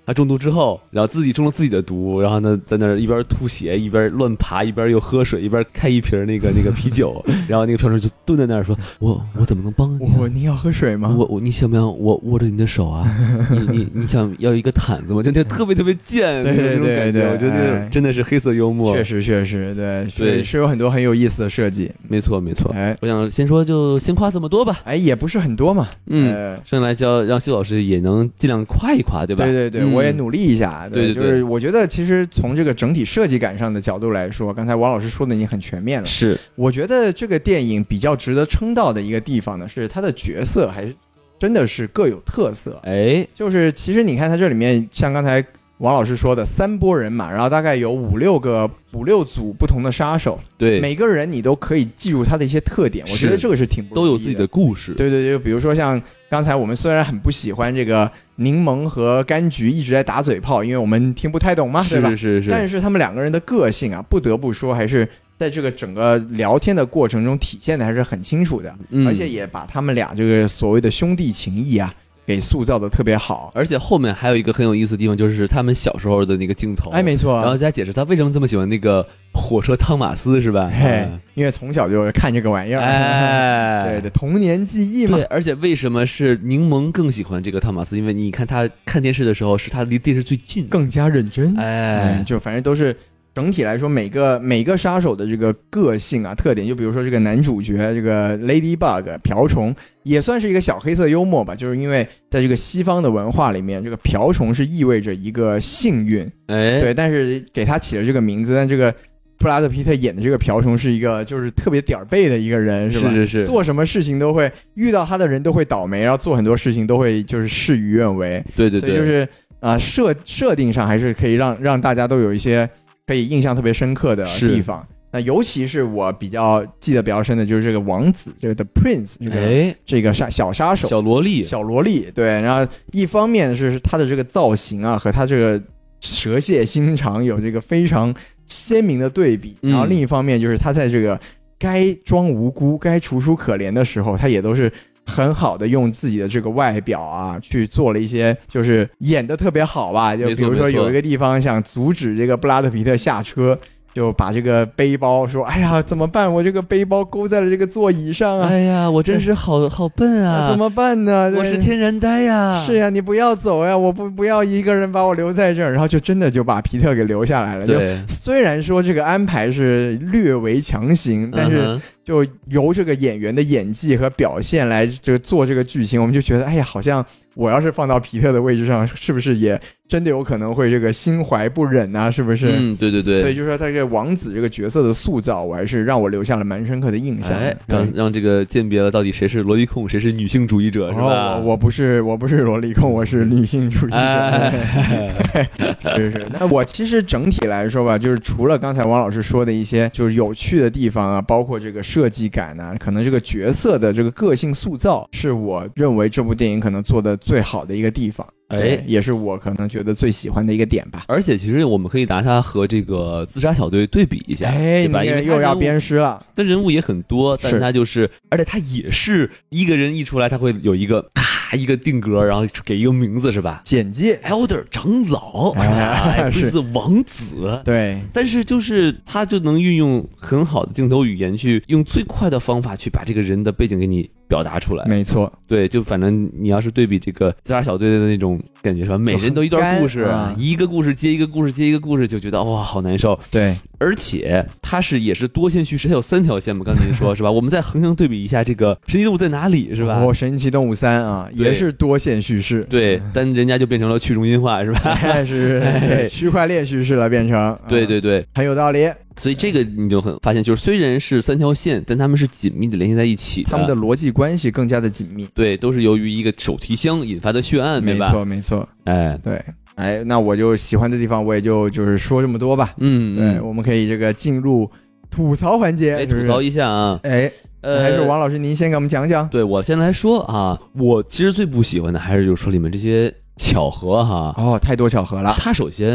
他中毒之后，然后自己中了自己的毒，然后呢在那儿一边吐血一边乱爬，一边又喝水，一边开一瓶那个那个啤酒，然后那个嫖娼就蹲在那儿说：“我我怎么能帮你、啊？ 我你要喝水吗？ 我我你想不想我握着你的手啊？你你你想要一个毯子吗？就那特别特别贱， 对对对对， 我觉得真的是黑色幽默， 确实确实对对， 是有很多很有意思的设计， 没错没错。 哎， 我想先说就先夸这么多吧， 哎，也不是很多嘛， 嗯，呃、上来教让修老师也能尽量夸一夸，对吧？ 对对对， 嗯、 我也努力一下， 对对对， 就是我觉得其实从这个整体设计感上的角度来说，刚才王老师说的已经很全面了， 是， 我觉得这个电影比较值得称道的一个地方呢，是它的角色还是真的是各有特色， 哎， 就是其实你看它这里面像刚才王老师说的三拨人嘛，然后大概有五六个五六组不同的杀手， 对， 每个人你都可以记住他的一些特点，我觉得这个是挺不容易的， 都有自己的故事。 对对对，就比如说像刚才我们虽然很不喜欢这个柠檬和柑橘一直在打嘴炮，因为我们听不太懂嘛，对吧？ 是是是。 但是他们两个人的个性啊，不得不说还是在这个整个聊天的过程中体现的还是很清楚的，嗯、而且也把他们俩这个所谓的兄弟情谊啊给塑造的特别好。 而且后面还有一个很有意思的地方，就是他们小时候的那个镜头， 哎，没错， 然后再解释他为什么这么喜欢那个火车汤马斯，是吧？ 嘿，因为从小就看这个玩意儿， 哎， 对的，童年记忆嘛。 对，而且为什么是柠檬更喜欢这个汤马斯？因为你看他看电视的时候，是他离电视最近， 更加认真， 哎， 嗯、就反正都是。整体来说，每个每个杀手的这个个性啊、特点，就比如说这个男主角这个 Ladybug 瓢虫，也算是一个小黑色幽默吧。就是因为在这个西方的文化里面，这个瓢虫是意味着一个幸运， 哎， 对，但是给他起了这个名字，但这个布拉德皮特演的这个瓢虫是一个就是特别点儿背的一个人，是吧？ 是是是， 做什么事情都会遇到他的人都会倒霉，然后做很多事情都会就是事与愿违。 对对对， 所以就是啊、呃、设设定上还是可以让让大家都有一些。可以印象特别深刻的地方，那尤其是我比较记得比较深的就是这个王子，这个 The Prince， 这个、哎、这个杀小杀手， 小萝莉， 小萝莉，对。然后一方面是他的这个造型啊，和他这个蛇蝎心肠有这个非常鲜明的对比，然后另一方面就是他在这个该装无辜、该楚楚可怜的时候，他也都是。很好的用自己的这个外表啊，去做了一些，就是演得特别好吧。就比如说有一个地方想阻止这个布拉德皮特下车，就把这个背包说：“哎呀，怎么办？我这个背包勾在了这个座椅上啊！ 哎呀，我真是好好笨啊！ 怎么办呢？ 我是天然呆呀！ 是呀，你不要走呀！我不不要一个人把我留在这儿。”然后就真的就把皮特给留下来了。 对， 就虽然说这个安排是略为强行，但是。嗯就由这个演员的演技和表现来这个做这个剧情，我们就觉得，哎呀，好像我要是放到皮特的位置上，是不是也真的有可能会这个心怀不忍啊？是不是？ 嗯，对对对。 所以就说他这个王子这个角色的塑造，我还是让我留下了蛮深刻的印象。 哎，让让这个鉴别了到底谁是萝莉控，谁是女性主义者，是吧？ 哦、我, 我不是，我不是萝莉控，我是女性主义者。哎、是是。那我其实整体来说吧，就是除了刚才王老师说的一些就是有趣的地方啊，包括这个设计感啊，可能这个角色的这个个性塑造，是我认为这部电影可能做的最好的一个地方。哎，也是我可能觉得最喜欢的一个点吧。 而且其实我们可以拿它和这个自杀小队对比一下， 哎， 对吧？因为又要鞭尸了， 的人物也很多，但他就是，而且他也是一个人一出来，他会有一个咔一个定格，然后给一个名字，是吧？ 简介 ，Elder 长老，哎，是王子， 对。 但是就是他就能运用很好的镜头语言，去用最快的方法去把这个人的背景给你表达出来。 没错， 对，就反正你要是对比这个自杀小队的那种感觉，是吧？每人都一段故事啊，一个故事接一个故事接一个故事，就觉得哇，好难受。 对， 而且它是也是多线叙事，它有三条线嘛，刚才您说是吧？我们再横向对比一下这个神奇动物在哪里，是吧？ 哦，神奇动物三啊，也是多线叙事。 对，但人家就变成了去中心化，是吧？ 哎、是区块链叙事了，变成。 对对对， 很有道理。 所以这个你就很发现，就是虽然是三条线，但他们是紧密的联系在一起的， 他们的逻辑关系更加的紧密。 对，都是由于一个手提箱引发的血案，对吧？ 没错，没错。 哎， 对，哎，那我就喜欢的地方，我也就就是说这么多吧。 嗯， 对，我们可以这个进入吐槽环节， 哎，吐槽一下啊， 哎。呃，还是王老师您先给我们讲讲。 对，我先来说啊，我其实最不喜欢的还是就是说里面这些巧合哈。 哦，太多巧合了。 它首先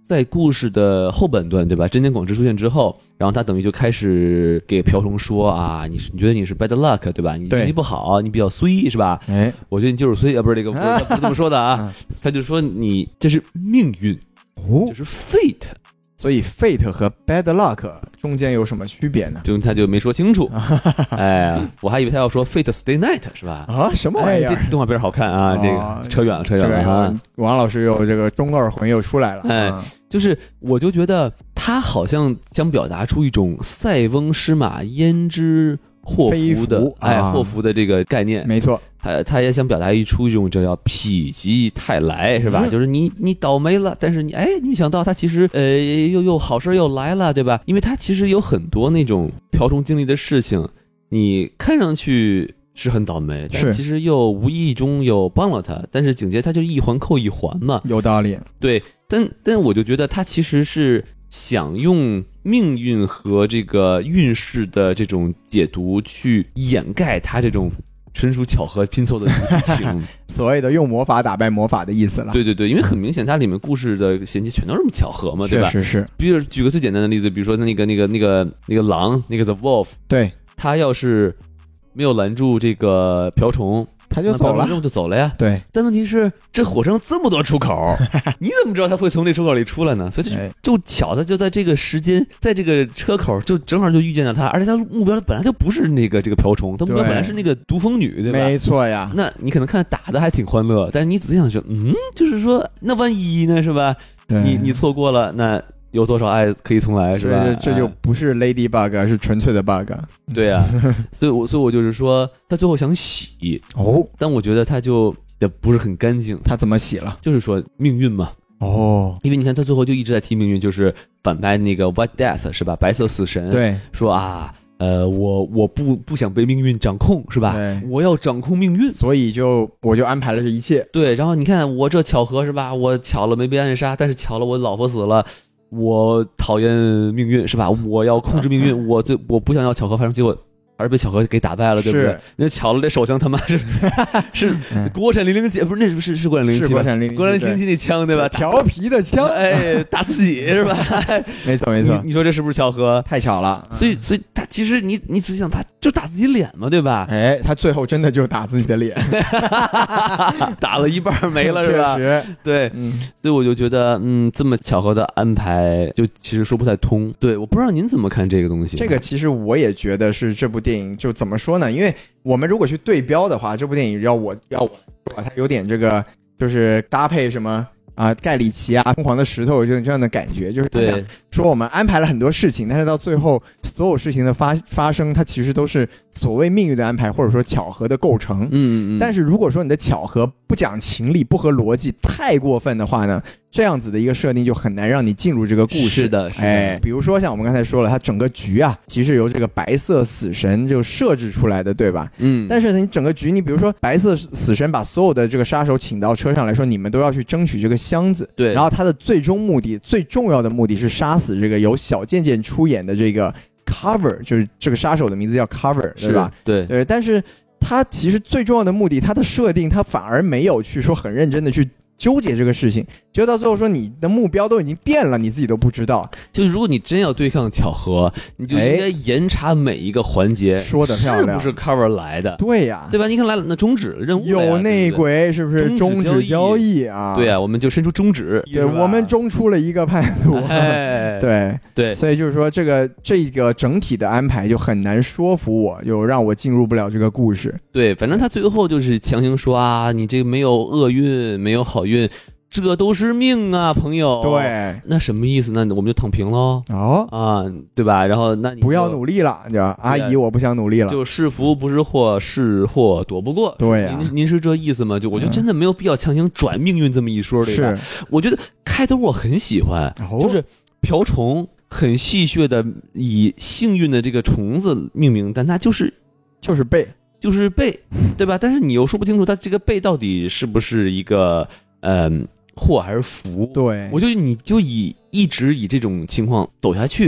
在故事的后半段，对吧？真田广之出现之后，然后他等于就开始给瓢虫说啊，你你觉得你是 bad luck， 对吧？你运气不好，你比较衰，是吧？哎，我觉得你就是衰啊，不是这个，不是他不是这么说的啊，他就说你这是命运，哦，就是 fate。 所以 fate 和 bad luck 中间有什么区别呢？ 就他就没说清楚。哎，我还以为他要说 fate stay night 是吧？ 啊，什么玩意儿？ 哎、这动画片好看啊！哦、这个扯远了，扯远了啊！ 王老师又这个中二魂又出来了。 哎，嗯、就是我就觉得他好像想表达出一种塞翁失马焉知祸福的福哎祸福的这个概念， 没错。 他他也想表达一出一种这叫否极泰来，是吧？嗯、就是你你倒霉了，但是你哎，你没想到他其实呃又又好事又来了，对吧？因为他其实有很多那种瓢虫经历的事情，你看上去是很倒霉，但其实又无意中又帮了他，但是紧接着他就一环扣一环嘛， 有道理。 对，但但我就觉得他其实是想用命运和这个运势的这种解读去掩盖他这种纯属巧合拼凑的剧情， 所谓的用魔法打败魔法的意思了。 对对对，因为很明显，它里面故事的衔接全都是这么巧合嘛，对吧？ 是是是。 比如举个最简单的例子，比如说那个那个那个那个狼，那个 The Wolf， 对， 他要是没有拦住这个瓢虫， 他就走了， 任务就走了呀。 对， 但问题是，这火车上这么多出口，你怎么知道他会从这出口里出来呢？所以就就巧的就在这个时间，在这个车口就正好就遇见了他，而且他目标本来就不是那个这个瓢虫，他目标本来是那个毒蜂女，对吧？ 没错呀。 那你可能看打的还挺欢乐，但是你仔细想说，嗯，就是说那万一呢，是吧？你你错过了那。有多少爱可以重来，是吧？ 这就不是 Ladybug， 是纯粹的 bug。 对啊，所以我所以我就是说，他最后想洗哦， 但我觉得他就也不是很干净。 他怎么洗了？ 就是说命运嘛。 哦， 因为你看他最后就一直在提命运，就是反派那个 White Death 是吧？白色死神。 对， 说啊。呃，我我不不想被命运掌控，是吧？我要掌控命运， 所以就我就安排了这一切。 对，然后你看我这巧合是吧？我巧了没被暗杀，但是巧了我老婆死了。我讨厌命运是吧？我要控制命运，我最我不想要巧合发生，结果而被巧合给打败了，对不对？那巧了，这手枪他妈是是国产零零七，不是那是是是国产零零七， 国产零零七， 国产零零七那枪对吧？ 调皮的枪， 哎，打自己是吧？ 没错没错， 你说这是不是巧合？ 太巧了。 所以所以他其实你你仔细想，他就打自己脸嘛，对吧？ 哎，他最后真的就打自己的脸， 打了一半没了，是吧？ 确实， 对，嗯，所以我就觉得，嗯，这么巧合的安排，就其实说不太通。对，我不知道您怎么看这个东西。 这个其实我也觉得是这部电影就怎么说呢？因为我们如果去对标的话，这部电影要我要我说它有点这个就是搭配什么啊盖里奇啊疯狂的石头就这样的感觉，就是对说我们安排了很多事情，但是到最后所有事情的发发生，它其实都是所谓命运的安排或者说巧合的构成。 嗯嗯。 但是如果说你的巧合不讲情理、不合逻辑、太过分的话呢，这样子的一个设定就很难让你进入这个故事。 是的，是的。 哎，比如说像我们刚才说了，它整个局啊，其实由这个白色死神就设置出来的，对吧？ 嗯。 但是你整个局，你比如说白色死神把所有的这个杀手请到车上来说，你们都要去争取这个箱子。 对。 然后他的最终目的、最重要的目的是杀死这个由小贱贱出演的这个 Cover， 就是这个杀手的名字叫 Cover， 对吧？ 对对。但是他其实最重要的目的，他的设定他反而没有去说很认真的去纠结这个事情，结果到最后说你的目标都已经变了，你自己都不知道。 就如果你真要对抗巧合，你就应该严查每一个环节， 说的漂亮， 是不是 cover 来的？ 对呀， 对吧？你看来了，那终止任务有内鬼，是不是终止交易啊？ 对啊，我们就伸出中指， 对，我们中出了一个叛徒。 哎， 对对， 所以就是说，这个这个整体的安排就很难说服我，就让我进入不了这个故事。 对，反正他最后就是强行说啊，你这个没有厄运，没有好运。这都是命啊，朋友。 对， 那什么意思呢？我们就躺平喽。 哦啊，对吧？然后那你不要努力了，对吧？阿姨，我不想努力了。 就是福不是祸，是祸躲不过。 对呀、啊， 您您是这意思吗？就我觉得真的没有必要强行转命运这么一说，对吧？ 是， 我觉得开头我很喜欢， 哦、 就是瓢虫很戏谑的以幸运的这个虫子命名，但它就是就是背， 就是背，对吧？但是你又说不清楚它这个背到底是不是一个嗯。呃祸还是福？ 对， 我就你就以一直以这种情况走下去，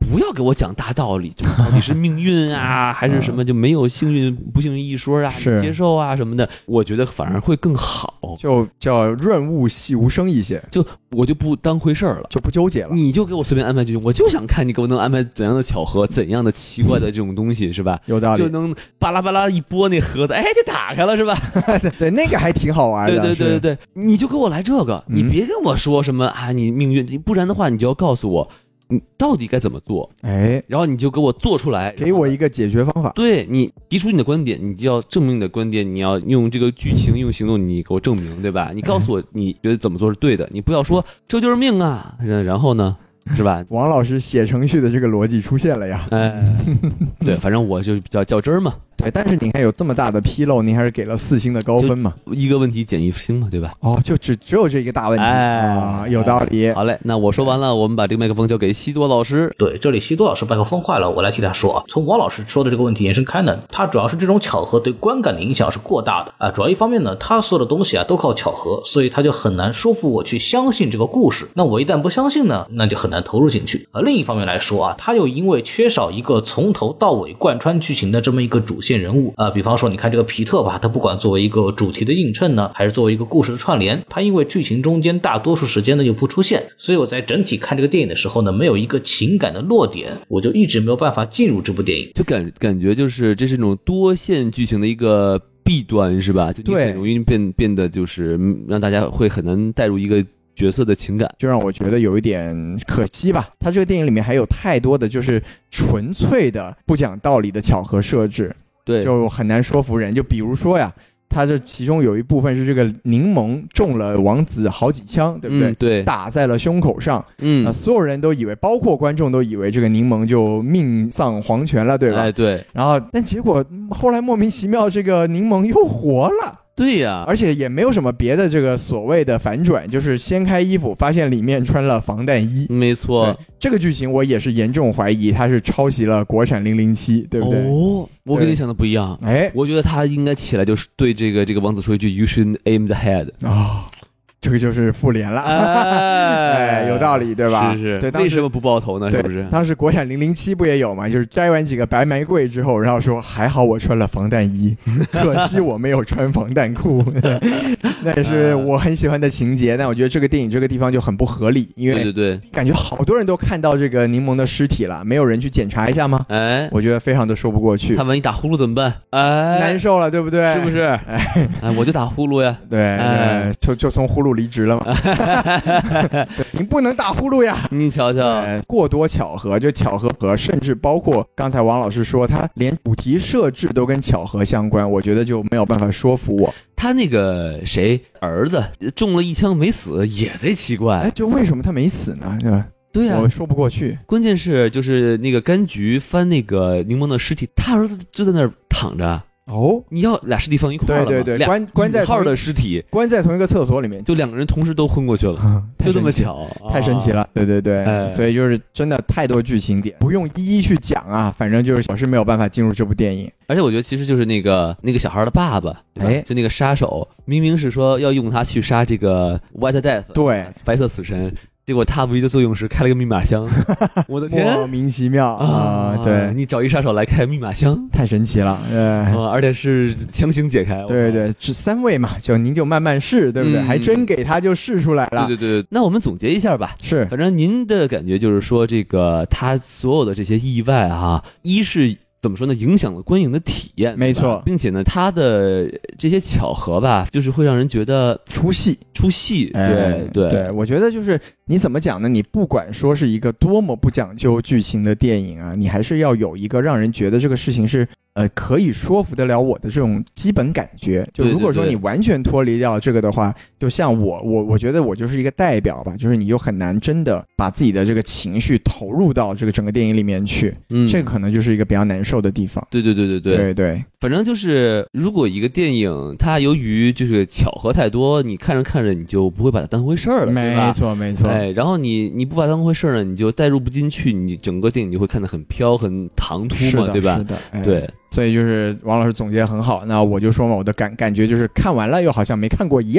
不要给我讲大道理，就到底是命运啊，还是什么就没有幸运不幸运一说啊，你接受啊什么的，我觉得反而会更好， 就叫润物细无声一些， 就我就不当回事儿了， 就不纠结了。 你就给我随便安排剧情，我就想看你给我能安排怎样的巧合，怎样的奇怪的这种东西，是吧？ 有道理， 就能巴拉巴拉一拨那盒子，哎，就打开了，是吧？ 对，那个还挺好玩的。 对对对对对，你就给我来这个，你别跟我说什么啊，你命运，不然的话，你就要告诉我。你到底该怎么做？ 哎， 然后你就给我做出来， 给我一个解决方法。 对，你提出你的观点，你就要证明你的观点，你要用这个剧情、用行动，你给我证明，对吧？你告诉我你觉得怎么做是对的，你不要说这就是命啊，然后呢？是吧？ 王老师写程序的这个逻辑出现了呀！ 哎，对，反正我就比较较真儿嘛。 对，但是你看有这么大的纰漏，您还是给了四星的高分嘛？ 一个问题减一星嘛，对吧？ 哦，就只只有这一个大问题、哎、啊，有道理。 好嘞，那我说完了，我们把这个麦克风交给西多老师。 对，这里西多老师麦克风坏了，我来替他说啊。从王老师说的这个问题延伸开呢，它主要是这种巧合对观感的影响是过大的啊。主要一方面呢，他所有的东西啊都靠巧合，所以他就很难说服我去相信这个故事。那我一旦不相信呢，那就很难投入进去。而另一方面来说啊，他又因为缺少一个从头到尾贯穿剧情的这么一个主线人物啊，比方说你看这个皮特吧，他不管作为一个主题的映衬呢，还是作为一个故事的串联，他因为剧情中间大多数时间呢又不出现，所以我在整体看这个电影的时候呢，没有一个情感的落点，我就一直没有办法进入这部电影， 就感感觉就是这是一种多线剧情的一个弊端，是吧？就你很容易变变得就是让大家会很难带入一个角色的情感， 就让我觉得有一点可惜吧。他这个电影里面还有太多的就是纯粹的不讲道理的巧合设置， 对， 就很难说服人。就比如说呀，他这其中有一部分是这个柠檬中了王子好几枪，对不对？ 嗯、对， 打在了胸口上， 嗯、 呃，所有人都以为，包括观众都以为这个柠檬就命丧黄泉了，对吧？ 哎，对。 然后，但结果后来莫名其妙，这个柠檬又活了。 对呀、啊， 而且也没有什么别的这个所谓的反转，就是掀开衣服发现里面穿了防弹衣。 没错， 这个剧情我也是严重怀疑它是抄袭了国产零零七，对不对？ 哦，我跟你想的不一样。 哎， 我觉得他应该起来就是对这个这个王子说一句 "You shouldn't aim the head" 啊、哦。这个就是复联了，哎, 哎，有道理，对吧？ 是是， 对， 为什么不爆头呢？是不是？ 当时国产零零七不也有嘛？就是摘完几个白玫瑰之后，然后说还好我穿了防弹衣，可惜我没有穿防弹裤。那也是我很喜欢的情节，但我觉得这个电影这个地方就很不合理，因为对对对， 感觉好多人都看到这个柠檬的尸体了，没有人去检查一下吗？ 哎， 我觉得非常的说不过去。 他万一打呼噜怎么办？哎， 难受了，对不对？ 是不是？哎，哎我就打呼噜呀。 对，哎、就就从呼噜离职了嘛。你不能打呼噜呀！ 你瞧瞧、 呃，过多巧合，就巧合和甚至包括刚才王老师说，他连主题设置都跟巧合相关，我觉得就没有办法说服我。 他那个谁儿子中了一枪没死，也贼奇怪。 哎，就为什么他没死呢？对吧？ 对呀、啊， 我说不过去。 关键是就是那个柑橘翻那个柠檬的尸体，他儿子就在那儿躺着。 哦， 你要俩尸体放一块儿了， 对对对，关关在号的尸体， 关在同一个厕所里面， 就两个人同时都昏过去了，嗯、就这么巧， 太神奇了。啊、对对对、哎，所以就是真的太多剧情点，不用一一去讲啊，反正就是我是没有办法进入这部电影。 而且我觉得其实就是那个那个小孩的爸爸，哎，就那个杀手，明明是说要用他去杀这个 White Death， 对， 白色死神。结果他唯一的作用是开了个密码箱，我的天， 莫名其妙啊！对， 你找一杀手来开密码箱， 太神奇了，呃、 嗯，而且是强行解开。 对对，只三位嘛，就您就慢慢试，对不对？嗯、还真给他就试出来了。 对对对，那我们总结一下吧。 是， 反正您的感觉就是说，这个他所有的这些意外哈，一是。怎么说呢？影响了观影的体验， 没错， 并且呢，它的这些巧合吧，就是会让人觉得出戏， 出戏。对、 哎、 对对，我觉得就是你怎么讲呢？你不管说是一个多么不讲究剧情的电影啊，你还是要有一个让人觉得这个事情是呃可以说服得了我的这种基本感觉。就如果说你完全脱离掉这个的话，就像我我我觉得我就是一个代表吧，就是你就很难真的把自己的这个情绪投入到这个整个电影里面去，嗯，这个可能就是一个比较难受的地方。 对对对对对对对， 反正就是如果一个电影它由于就是巧合太多，你看着看着你就不会把它当回事儿了， 没错没错。 哎，然后你你不把它当回事儿呢，你就代入不进去，你整个电影就会看得很飘很唐突嘛，对吧？ 是的，哎、 对。 所以就是王老师总结很好，那我就说嘛，我的感感觉就是看完了又好像没看过一样。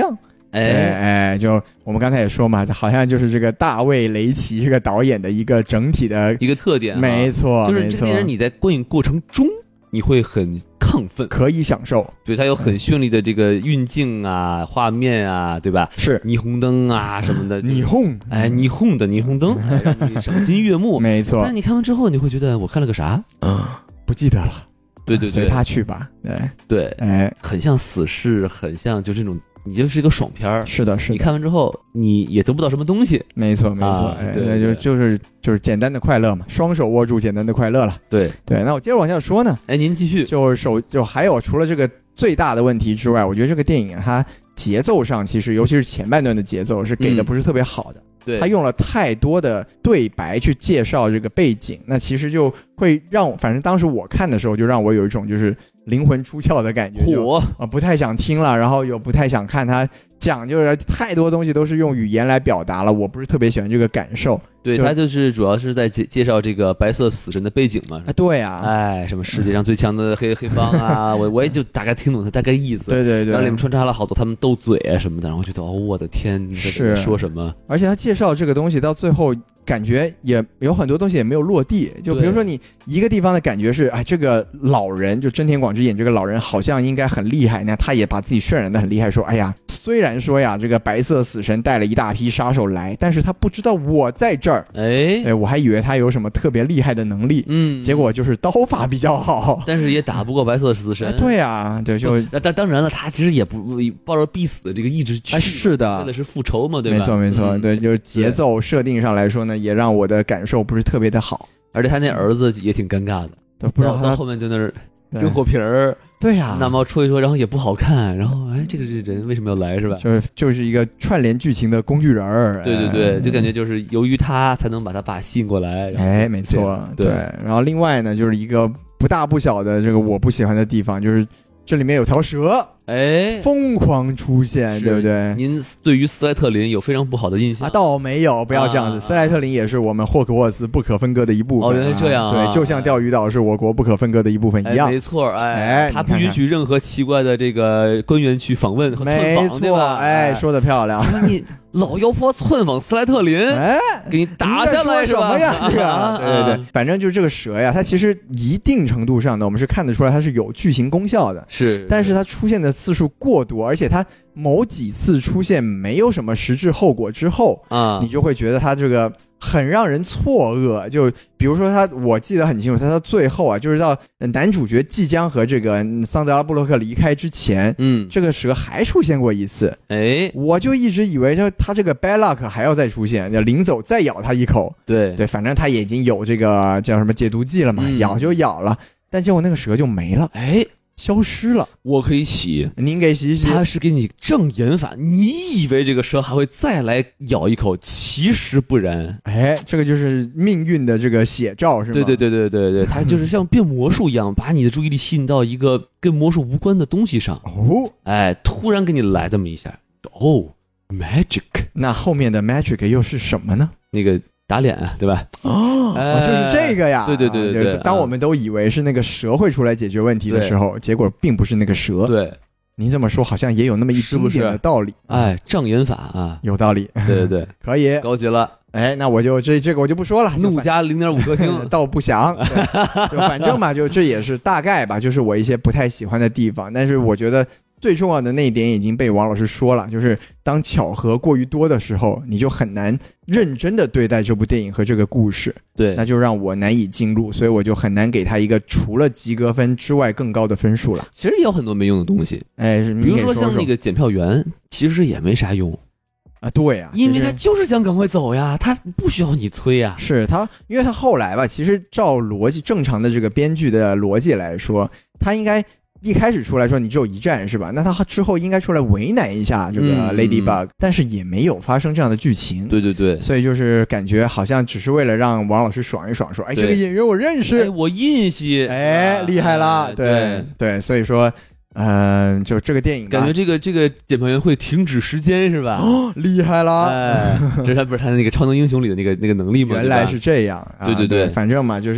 哎哎，就我们刚才也说嘛，好像就是这个大卫雷奇这个导演的一个整体的一个特点、啊， 没错， 就是这个电影你在观影过程中你会很亢奋， 可以享受， 对，它有很绚丽的这个运镜啊、画面啊，对吧？ 是霓虹灯啊什么的， 霓虹， 哎，霓虹的霓虹灯，哎、让你赏心悦目， 没错。 但是你看完之后，你会觉得我看了个啥？ 嗯，不记得了。 对对对， 随他去吧。对对， 哎， 很像死侍，很像就这种。你就是一个爽片儿， 是的，是的。 你看完之后，你也得不到什么东西。 没错，没错， 啊、 哎， 对, 对, 对，就就是就是简单的快乐嘛，双手握住简单的快乐了。 对对，那我接着往下说呢。 哎，您继续。 就手就还有除了这个最大的问题之外，我觉得这个电影啊，它节奏上其实尤其是前半段的节奏是给的不是特别好的。嗯对， 他用了太多的对白去介绍这个背景，那其实就会让，反正当时我看的时候就让我有一种就是灵魂出窍的感觉， 火啊，不太想听了，然后又不太想看他讲，就是太多东西都是用语言来表达了，我不是特别喜欢这个感受。 对，他就是主要是在介介绍这个白色死神的背景嘛。 啊，对啊， 哎，什么世界上最强的黑黑帮啊，我我也就大概听懂他大概意思。 对对对， 然后里面穿插了好多他们斗嘴啊什么的，然后觉得哦，我的天，你在说什么？ 而且他介绍这个东西到最后，感觉也有很多东西也没有落地。就比如说你一个地方的感觉是，哎，这个老人就真田广之演这个老人好像应该很厉害，那他也把自己渲染的很厉害，说，哎呀，虽然说呀，这个白色死神带了一大批杀手来，但是他不知道我在这儿。 哎哎，我还以为他有什么特别厉害的能力， 嗯， 结果就是刀法比较好， 但是也打不过白色死神。 哎、对啊，对，就但当然了，他其实也不抱着必死的这个意志去， 哎、是的， 为的是复仇嘛，对吧？ 没错没错， 嗯、 对，就是节奏设定上来说呢，也让我的感受不是特别的好， 而且他那儿子也挺尴尬的， 都不知道他到后面就那儿跟火瓶儿。 对呀、啊， 那么戳一戳，然后也不好看，然后哎，这个人为什么要来是吧？ 就是就是一个串联剧情的工具人儿。 对对对，就感觉就是由于他才能把他爸吸引过来。 哎，没错，对, 对。然后另外呢，就是一个不大不小的这个我不喜欢的地方，就是这里面有条蛇。 哎， 疯狂出现，对不对？ 您对于斯莱特林有非常不好的印象啊？倒没有，不要这样子。啊、斯莱特林也是我们霍格沃茨不可分割的一部分。 哦，原来这样、啊。 对，就像钓鱼岛是我国不可分割的一部分一样。 哎、没错，哎， 哎他不允许任何奇怪的这个官员去访问和窜访，对吧？ 哎，说的漂亮。 你老妖婆窜访斯莱特林， 哎， 给你打下来什么呀？这个，啊、对对对，反正就是这个蛇呀，它其实一定程度上的，我们是看得出来它是有剧情功效的， 是， 但是它出现的次数过多。而且它某几次出现没有什么实质后果之后啊，你就会觉得它这个很让人错愕。就比如说他，我记得很清楚，他到最后啊，就是到男主角即将和这个桑德拉布洛克离开之前，嗯，这个蛇还出现过一次。哎，我就一直以为就他这个 bad luck 还要再出现，要临走再咬他一口。 对对，反正他已经有这个叫什么解毒剂了嘛，嗯、咬就咬了，但结果那个蛇就没了。哎。消失了， 我可以洗， 您给洗洗。 他是给你正言法，你以为这个蛇还会再来咬一口，其实不然。 哎，这个就是命运的这个写照，是吗？ 对对对对对对，它就是像变魔术一样，把你的注意力吸引到一个跟魔术无关的东西上。哦，哎，突然给你来这么一下，哦 ，magic。 那后面的 magic 又是什么呢？ 那个。打脸啊，对吧？ 哦，哎、就是这个呀！ 对对对对对。 当我们都以为是那个蛇会出来解决问题的时候，结果并不是那个蛇。 对， 您这么说好像也有那么一丁点的道理。是是哎，障眼法啊， 有道理。 对对对， 可以， 高级了。 哎，那我就这这个我就不说了， 怒加零点五颗星， 倒不详。就反正嘛，就这也是大概吧，就是我一些不太喜欢的地方，但是我觉得。最重要的那一点已经被王老师说了，就是当巧合过于多的时候，你就很难认真的对待这部电影和这个故事， 对， 那就让我难以进入，所以我就很难给他一个除了及格分之外更高的分数了。 其实也有很多没用的东西， 哎， 比如说像那个检票员，其实也没啥用啊，对呀、啊， 因为他就是想赶快走呀，他不需要你催呀。 是他，因为他后来吧，其实照逻辑正常的这个编剧的逻辑来说，他应该。一开始出来说你只有一站是吧？那他之后应该出来为难一下这个 Ladybug，、嗯、但是也没有发生这样的剧情。 对对对， 所以就是感觉好像只是为了让王老师爽一爽，说哎这个演员我认识， 哎我印稀， 哎厉害了， 哎、 对对, 对，所以说。嗯、呃，就这个电影， 感觉这个这个检票员会停止时间是吧？ 哦，厉害了！ 哎，这他不是他那个超能英雄里的那个那个能力吗？ 原来是这样， 对对对， 反正嘛，就是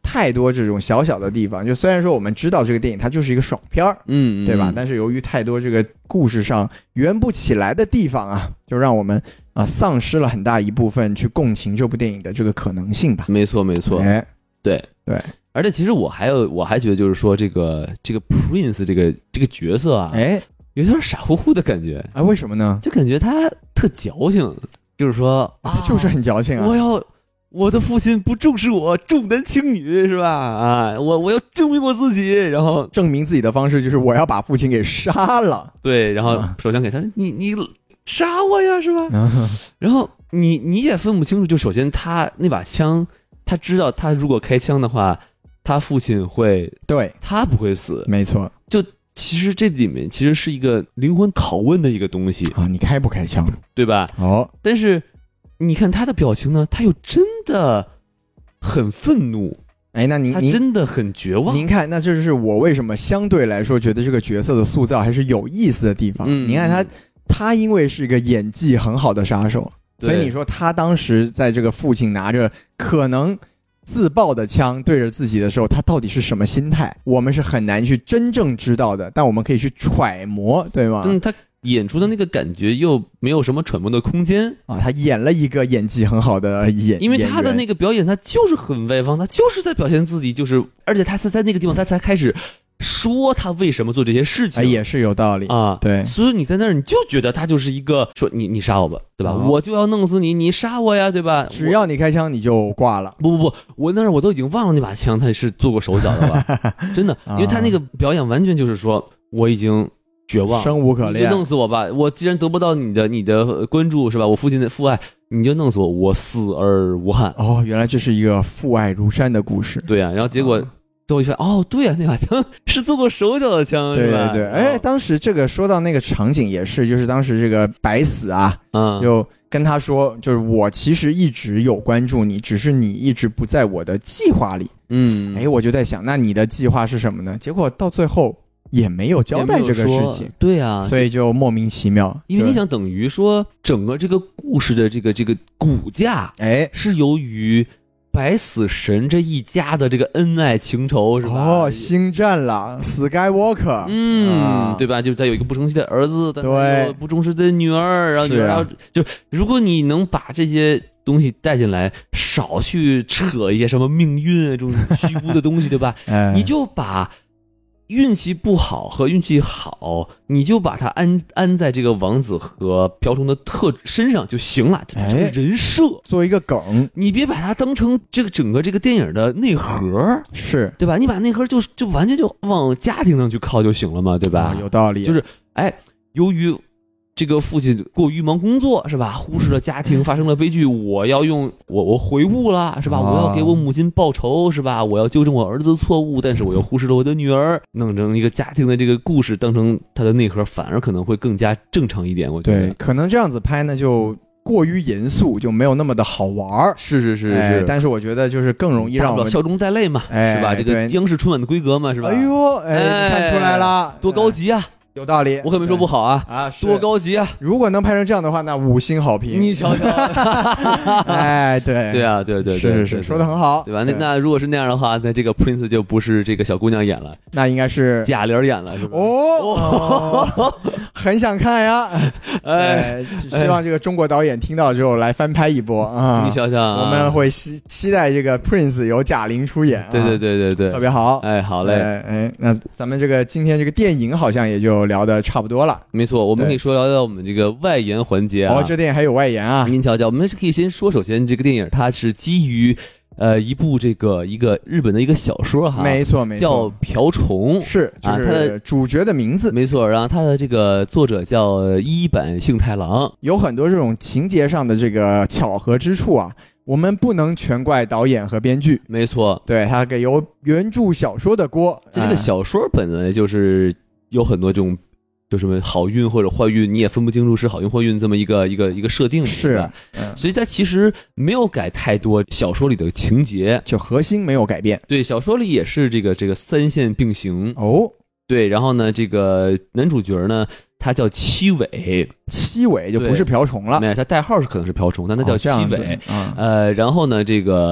太多这种小小的地方，就虽然说我们知道这个电影它就是一个爽片儿， 嗯， 对吧？但是由于太多这个故事上圆不起来的地方啊，就让我们啊丧失了很大一部分去共情这部电影的这个可能性吧。 没错，没错， 哎， 对对。 而且其实我还有，我还觉得就是说，这个这个 Prince 这个这个角色啊， 哎， 有点傻乎乎的感觉。 啊，为什么呢？ 就感觉他特矫情，就是说， 啊、他就是很矫情啊。 我要。我的父亲不重视我，重男轻女是吧？啊，我我要证明我自己，然后证明自己的方式就是我要把父亲给杀了。 对，然后手枪给他，啊、你你杀我呀是吧？ 啊、 然后你你也分不清楚，就首先他那把枪，他知道他如果开枪的话，他父亲会对他不会死， 没错。 就其实这里面其实是一个灵魂拷问的一个东西啊，你开不开枪， 对吧？ 哦， 但是。你看他的表情呢，他又真的很愤怒， 哎，那您他真的很绝望。 您看，那这就是我为什么相对来说觉得这个角色的塑造还是有意思的地方。 嗯， 您看他，他因为是一个演技很好的杀手，所以你说他当时在这个父亲拿着可能自爆的枪对着自己的时候，他到底是什么心态，我们是很难去真正知道的，但我们可以去揣摩，对吗？ 嗯，他演出的那个感觉又没有什么揣摩的空间啊，他演了一个演技很好的演， 因为他的那个表演，他就是很外放，他就是在表现自己，就是而且他是在那个地方，他才开始说他为什么做这些事情， 啊、也是有道理啊， 对， 所以你在那儿你就觉得他就是一个说你你杀我吧，对吧、哦？我就要弄死你，你杀我呀，对吧？ 只要你开枪你就挂了。 不不不，我那儿我都已经忘了那把枪他是做过手脚的了，真的，因为他那个表演完全就是说我已经。绝望， 生无可恋， 你就弄死我吧！我既然得不到你的你的关注，是吧？我父亲的父爱，你就弄死我，我死而无憾。 哦，原来这是一个父爱如山的故事。 对啊，然后结果最后一发现，哦，对啊，那把枪是做过手脚的枪， 对是吧？ 对对。哎，当时这个说到那个场景也是，就是当时这个白死啊， 嗯， 就跟他说，就是我其实一直有关注你，只是你一直不在我的计划里。 嗯， 哎，我就在想，那你的计划是什么呢？结果到最后。也没有交代这个事情， 对啊， 所以就莫名其妙。 因为你想，等于说整个这个故事的这个这个骨架， 哎， 是由于白死神这一家的这个恩爱情仇，是吧？ 哦，星战了 ，Skywalker， 嗯、 啊， 对吧？就他有一个不争气的儿子，但对， 不重视自己女儿，然后女儿、啊、就如果你能把这些。东西带进来，少去扯一些什么命运这种虚无的东西，对吧？ 哎、 你就把运气不好和运气好，你就把它安安在这个王子和瓢虫的特身上就行了，这是人设， 哎、做一个梗， 你别把它当成这个整个这个电影的内核， 是对吧？你把内核就就完全就往家庭上去靠就行了嘛，对吧？ 啊、有道理， 就是哎，由于。这个父亲过于忙工作是吧？忽视了家庭，发生了悲剧。我要用我我悔悟了是吧？ 哦、 我要给我母亲报仇是吧？我要纠正我儿子的错误，但是我又忽视了我的女儿，弄成一个家庭的这个故事，当成它的内核，反而可能会更加正常一点。我觉得对，可能这样子拍呢就过于严肃，就没有那么的好玩。 是是是是、 哎，但是我觉得就是更容易让我们笑中带泪嘛， 哎、 是吧？这个央视春晚的规格嘛，是吧？ 哎呦，哎， 哎你看出来了， 多高级啊！ 有道理， 我可没说不好啊啊， 多高级啊！ 如果能拍成这样的话，那五星好评。 你瞧瞧， 哎，对， 对啊，对对对， 是是是，说的很好， 对吧？那那如果是那样的话，那这个 Prince 就不是这个小姑娘演了， 那应该是贾玲演了，是吧？ 哦，哦很想看呀！哎，希望这个中国导演听到之后来翻拍一波啊！ 你想想， 我们会期期待这个 Prince 由贾玲出演， 对对对对对， 特别好。 哎，好嘞， 哎，那咱们这个今天这个电影好像也就聊得差不多了。 没错，我们可以说聊聊我们这个外延环节啊。 哦，这电影还有外延啊！ 您瞧瞧，我们是可以先说，首先这个电影它是基于。呃，一部这个一个日本的一个小说哈， 没错没错， 叫《瓢虫》， 是就是、啊、它的主角的名字， 没错。然后它的这个作者叫一坂幸太郎， 有很多这种情节上的这个巧合之处啊，我们不能全怪导演和编剧， 没错， 对他给由原著小说的锅。 这这个小说本来就是有很多这种。就什么好运或者坏运，你也分不清楚是好运坏运这么一个一个一个设定， 是吧？嗯、所以它其实没有改太多小说里的情节， 就核心没有改变。 对，小说里也是这个这个三线并行哦。 对，然后呢，这个男主角呢，他叫七尾， 七尾就不是瓢虫了， 没有，他代号是可能是瓢虫，但他叫七尾。 哦、 呃，然后呢，这个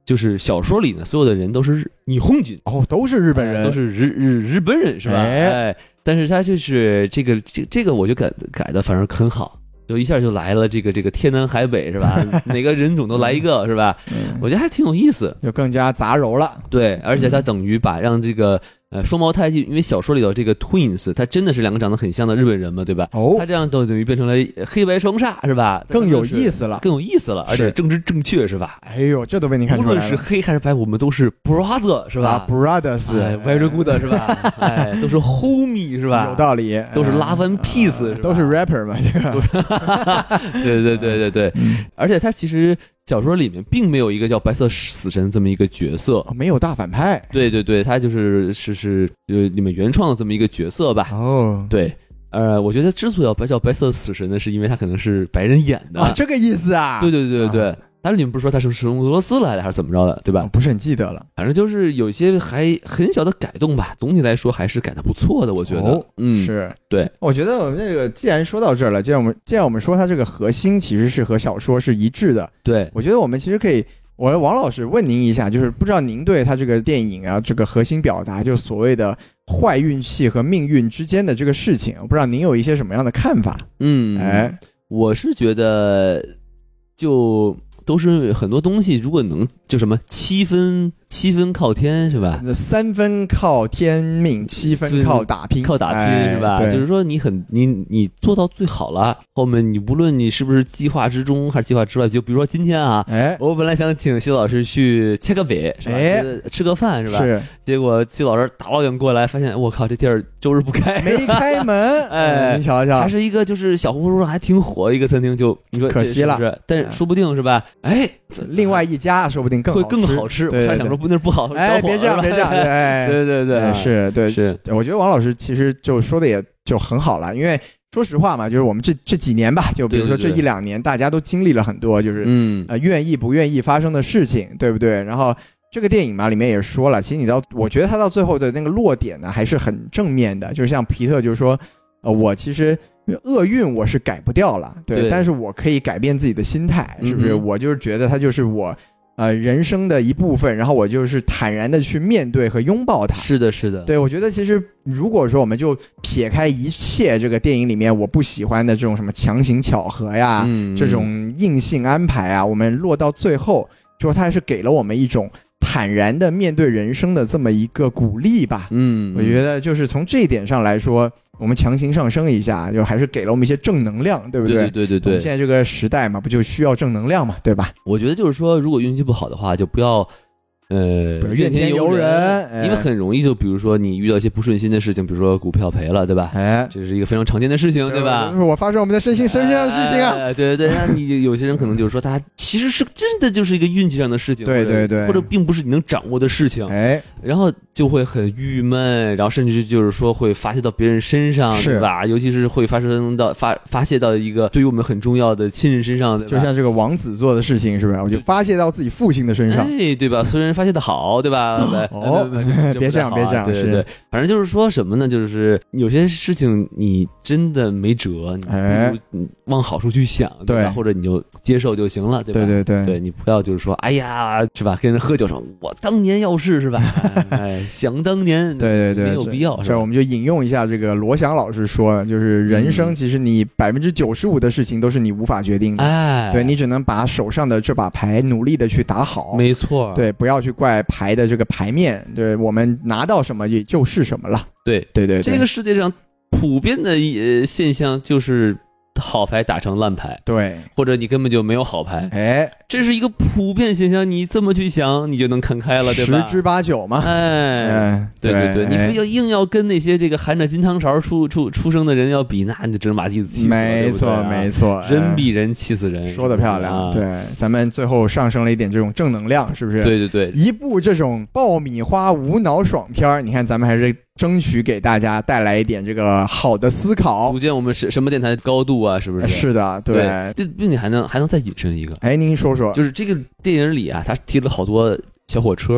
就是小说里呢，所有的人都是日本人哦，都是日本人， 哎、都是日日日本人是吧？ 哎， 哎但是他就是这个这这个我就改改的反而很好。就一下就来了这个这个天南海北是吧？哪个人种都来一个是吧？ 嗯、 我觉得还挺有意思， 就更加杂糅了。 对，而且他等于把让这个呃双胞胎，因为小说里头这个 twins， 他真的是两个长得很像的日本人嘛，对吧？ 哦， 他这样都等于变成了黑白双煞是吧？ 更有意思了， 更有意思了，而且政治正确是吧？ 哎呦，这都被你看出来了。 无论是黑还是白，我们都是 brother 是吧、 啊、？brothers， 哎 very good 是吧？哎，都是 homie 是吧？ 有道理， 都是 love and peace，、呃、 都是 rapper 嘛，这个。 都是对对对对对，嗯、而且他其实小说里面并没有一个叫白色死神这么一个角色， 哦、没有大反派。 对对对，他就是是是呃里面原创的这么一个角色吧。 哦， 对，呃，我觉得之所以要白叫白色死神呢，是因为他可能是白人演的， 啊，这个意思啊。 对对对对对。 啊但是你们不是说他是从俄罗斯来的还是怎么着的，对吧？ 哦、不是很记得了， 反正就是有一些还很小的改动吧。总体来说还是改的不错的，我觉得。 哦、 嗯， 是对。 我觉得我们这个既然说到这儿了，既然我们既然我们说它这个核心其实是和小说是一致的， 对， 我觉得我们其实可以，我王老师问您一下，就是不知道您对他这个电影啊，这个核心表达，就所谓的坏运气和命运之间的这个事情，我不知道您有一些什么样的看法？ 嗯， 哎， 我是觉得就。都是很多东西，如果能就什么七分七分靠天是吧？ 三分靠天命，七分靠打拼， 靠打拼、 哎、 是吧？就是说你很你你做到最好了，后面你无论你是不是计划之中还是计划之外，就比如说今天啊， 哎， 我本来想请徐老师去切个北是吧？ 哎， 吃个饭是吧？ 是， 结果徐老师大老远过来，发现我靠，这地儿周日不开， 没开门， 哎， 你瞧瞧， 还是一个就是小红书上还挺火一个餐厅，就你说可惜了， 是是但说不定是吧？哎， 另外一家说不定更会更好吃。 对对对， 我想说不那不好， 哎，别这样，别这样，对对对对， 是，对是。 我觉得王老师其实就说的也就很好了，因为说实话嘛，就是我们这这几年吧，就比如说这一两年，大家都经历了很多，就是嗯呃愿意不愿意发生的事情，对不对？然后这个电影嘛，里面也说了，其实你到，我觉得他到最后的那个落点呢，还是很正面的，就像皮特就是说，呃，我其实。厄运我是改不掉了， 对, 对，但是我可以改变自己的心态，是不是？嗯、我就是觉得它就是我，呃，人生的一部分，然后我就是坦然的去面对和拥抱它。 是的，是的。 对，我觉得其实如果说我们就撇开一切这个电影里面我不喜欢的这种什么强行巧合呀，嗯、这种硬性安排啊，我们落到最后，说它还是给了我们一种坦然的面对人生的这么一个鼓励吧。 嗯， 我觉得就是从这一点上来说。我们强行上升一下，就还是给了我们一些正能量，对不对？ 对对对对。 我们现在这个时代嘛，不就需要正能量嘛，对吧？ 我觉得就是说，如果运气不好的话，就不要。呃， 怨天尤人， 因为很容易就比如说你遇到一些不顺心的事情，比如说股票赔了，对吧？ 哎， 这是一个非常常见的事情，对吧？ 就是我发生我们的身心身上的事情啊。 哎、对对对，那你有些人可能就是说，他其实是真的就是一个运气上的事情， 对对对， 或者并不是你能掌握的事情， 哎， 然后就会很郁闷，然后甚至就是说会发泄到别人身上，对吧？尤其是会发生到发发泄到一个对于我们很重要的亲人身上，对吧？ 就像这个王子做的事情，是不是？我就发泄到自己父亲的身上， 哎，对吧？虽然发泄的好，对吧？ 哦，别这样，别这样， 对对对，反正就是说什么呢？就是有些事情你真的没辙，你不如往好处去想，对吧？或者你就接受就行了，对吧？ 对对对， 对你不要就是说，哎呀，是吧？跟人喝酒说，我当年要是是吧？哎，想当年， 对对对， 没有必要。 这我们就引用一下这个罗翔老师说，就是人生其实你百分之九十五的事情都是你无法决定的， 哎， 对你只能把手上的这把牌努力的去打好， 没错， 对，不要去怪牌的这个牌面，对我们拿到什么也就是什么了。 对对 对, 对， 这个世界上普遍的呃现象就是好牌打成烂牌， 对， 或者你根本就没有好牌， 哎， 这是一个普遍现象，你这么去想，你就能看开了，对吧？ 十之八九嘛， 哎， 哎对对对，你非要硬要跟那些这个含着金汤勺出出出生的人要比，那你只能把自己气死了， 没错、 啊、 没错， 人比人气死人， 说得漂亮、 啊， 对，咱们最后上升了一点这种正能量，是不是？ 对对对， 一部这种爆米花无脑爽片，你看咱们还是争取给大家带来一点这个好的思考， 组建我们什什么电台高度啊，是不是？ 是的，对， 对，并且还能还能再引申一个， 哎，您说说， 就是这个电影里啊，他提了好多小火车。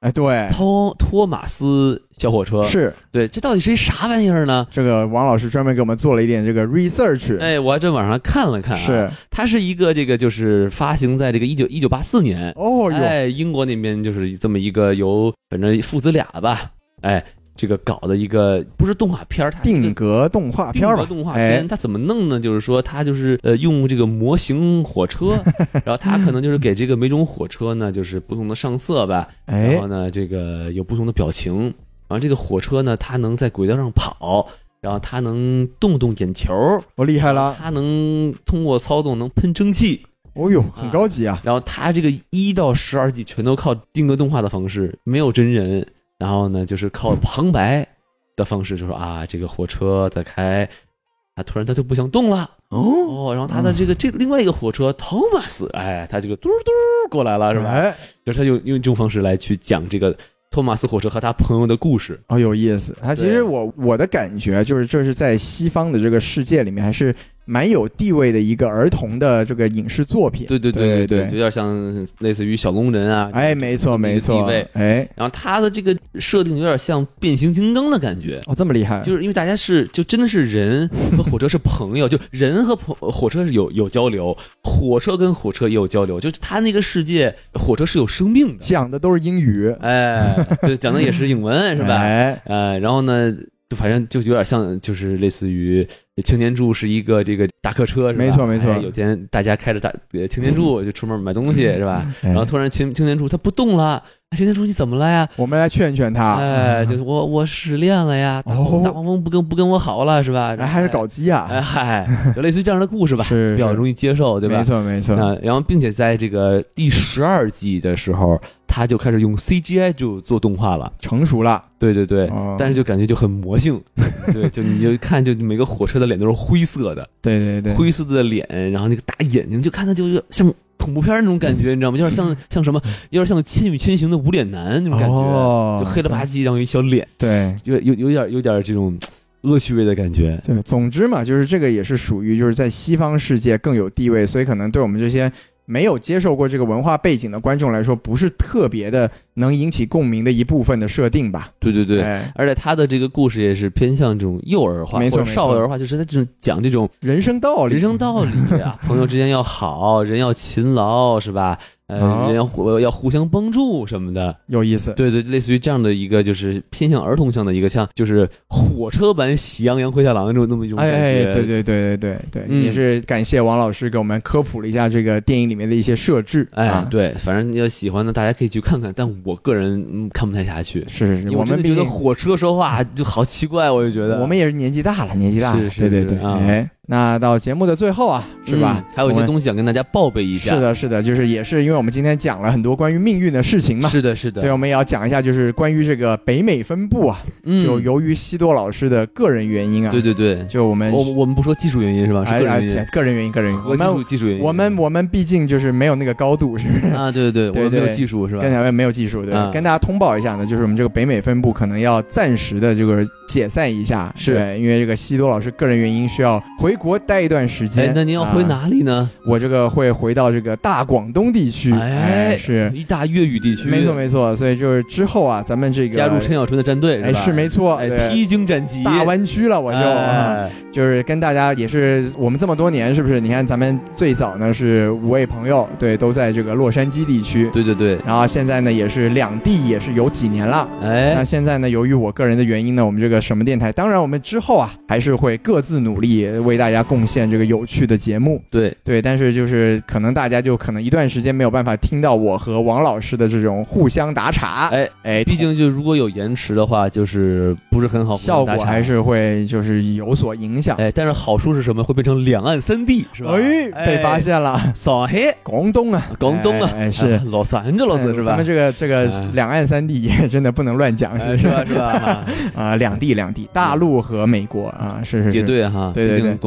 哎，对， 托托马斯小火车是对，这到底是一啥玩意儿呢？ 这个王老师专门给我们做了一点这个 research， 哎，我还在网上看了看、啊， 是它是一个这个就是发行在这个一九一九八四年哦哟， 哎，英国那边就是这么一个由反正父子俩吧，哎。这个搞的一个不是动画片，它定格动画片吧？ 定格动画片，它怎么弄呢？就是说，它就是呃用这个模型火车，然后它可能就是给这个每种火车呢，就是不同的上色吧，然后呢，这个有不同的表情，然后这个火车呢，它能在轨道上跑，然后它能动动眼球， 我厉害了， 它能通过操纵能喷蒸汽。 哦呦，很高级啊！ 啊然后它这个一到十二集全都靠定格动画的方式，没有真人。然后呢，就是靠旁白的方式，就说啊，这个火车在开，它突然它就不想动了哦哦，然后它的这个、嗯、这另外一个火车托马斯，哎，它这个嘟嘟过来了是吧？哎，就是他用用这种方式来去讲这个托马斯火车和他朋友的故事。 哦，有意思。他其实我我的感觉就是，这是在西方的这个世界里面还是蛮有地位的一个儿童的这个影视作品。 对对对对对，有点像类似于小龙人啊。 哎，没错没错。哎， 然后他的这个设定有点像变形金刚的感觉。 哦，这么厉害。 就是因为大家是就真的是人和火车是朋友，就人和火车是有有交流，火车跟火车也有交流。就是他那个世界，火车是有生命的， 讲的都是英语。 哎，对，讲的也是英文，是吧？ 哎， 呃，然后呢？就反正就有点像，就是类似于青年柱是一个这个大客车，是吧？ 没错没错、 哎。有天大家开着大青年柱就出门买东西，是吧？嗯、然后突然青青年柱他不动了，青年柱你怎么了呀？ 我们来劝劝他。 哎，就是我我失恋了呀，大黄、哦、大黄蜂不跟不跟我好了，是吧？ 哎，还是搞基啊？ 哎嗨，就类似于这样的故事吧， 是比较容易接受，对吧？ 没错没错。 啊，然后并且在这个第十二季的时候。他就开始用 C G I 就做动画了， 成熟了。 对对对、 哦， 但是就感觉就很魔性。对，就你就看，就每个火车的脸都是灰色的， 对对对， 灰色的脸，然后那个大眼睛，就看着就像恐怖片那种感觉，你知道吗？有点像像什么，有点像《千与千寻》的无脸男那种感觉， 哦、 就黑了吧唧，然后一小脸， 对， 有有有点有点这种。恶趣味的感觉。 对，总之嘛，就是这个也是属于就是在西方世界更有地位，所以可能对我们这些没有接受过这个文化背景的观众来说，不是特别的能引起共鸣的一部分的设定吧。 对对对、 哎、 而且他的这个故事也是偏向这种幼儿化， 没错， 或者少儿化，就是他这种讲这种人生道理， 人生道理啊，朋友之间要好，人要勤劳，是吧？呃， 哦、 人要互要互相帮助什么的， 有意思。 对对，类似于这样的一个，就是偏向儿童向的一个，像就是火车版喜羊羊灰太狼那种那么一种感觉。 哎，对对对对对对、嗯，也是感谢王老师给我们科普了一下这个电影里面的一些设置。 哎， 啊、 对，反正要喜欢的大家可以去看看，但我个人、嗯、看不太下去。 是是是， 我真的觉得火车说话就好奇怪，我就觉得我们也是年纪大了，年纪大了， 是是对对对， 啊、 哎。那到节目的最后啊，是吧、 嗯？还有一些东西想跟大家报备一下。 是的，是的，就是也是因为我们今天讲了很多关于命运的事情嘛。 是的，是的。 对，我们也要讲一下，就是关于这个北美分部啊，嗯、就由于西多老师的个人原因啊， 对对对， 就我们我我们不说技术原因是吧？是个人原因， 哎、个人原因，个人原因。 和技术技术原因。 我们我们毕竟就是没有那个高度，是不是？ 啊，对对对，我们没有技术是吧？ 跟咱们没有技术，对、啊。跟大家通报一下呢，就是我们这个北美分部可能要暂时的这个解散一下， 是因为这个西多老师个人原因需要回国待一段时间。 哎，那您要回哪里呢？ 啊、我这个会回到这个大广东地区， 哎， 哎是一大粤语地区， 没错没错。所以就是之后啊，咱们这个加入陈小春的战队， 哎，是没错， 哎，披荆斩棘， 大湾区了，我就、 哎啊、就是跟大家也是我们这么多年，是不是？你看咱们最早呢是五位朋友，对，都在这个洛杉矶地区， 对对对。 然后现在呢也是两地也是有几年了， 哎， 那现在呢由于我个人的原因呢，我们这个什么电台，当然我们之后啊还是会各自努力为大家贡献这个有趣的节目。 对对，但是就是可能大家就可能一段时间没有办法听到我和王老师的这种互相打岔， 哎哎， 毕竟就如果有延迟的话，就是不是很好， 效果还是会就是有所影响。 哎，但是好处是什么？会变成两岸三地，是吧？ 哎，被发现了， 上海、 广东啊， 广东啊， 哎，是老三这老是是吧？ 咱们这个这个两岸三地也真的不能乱讲， 是吧？是吧？ 啊，两地两地，大陆和美国啊，是是是， 也对哈， 对对对， 广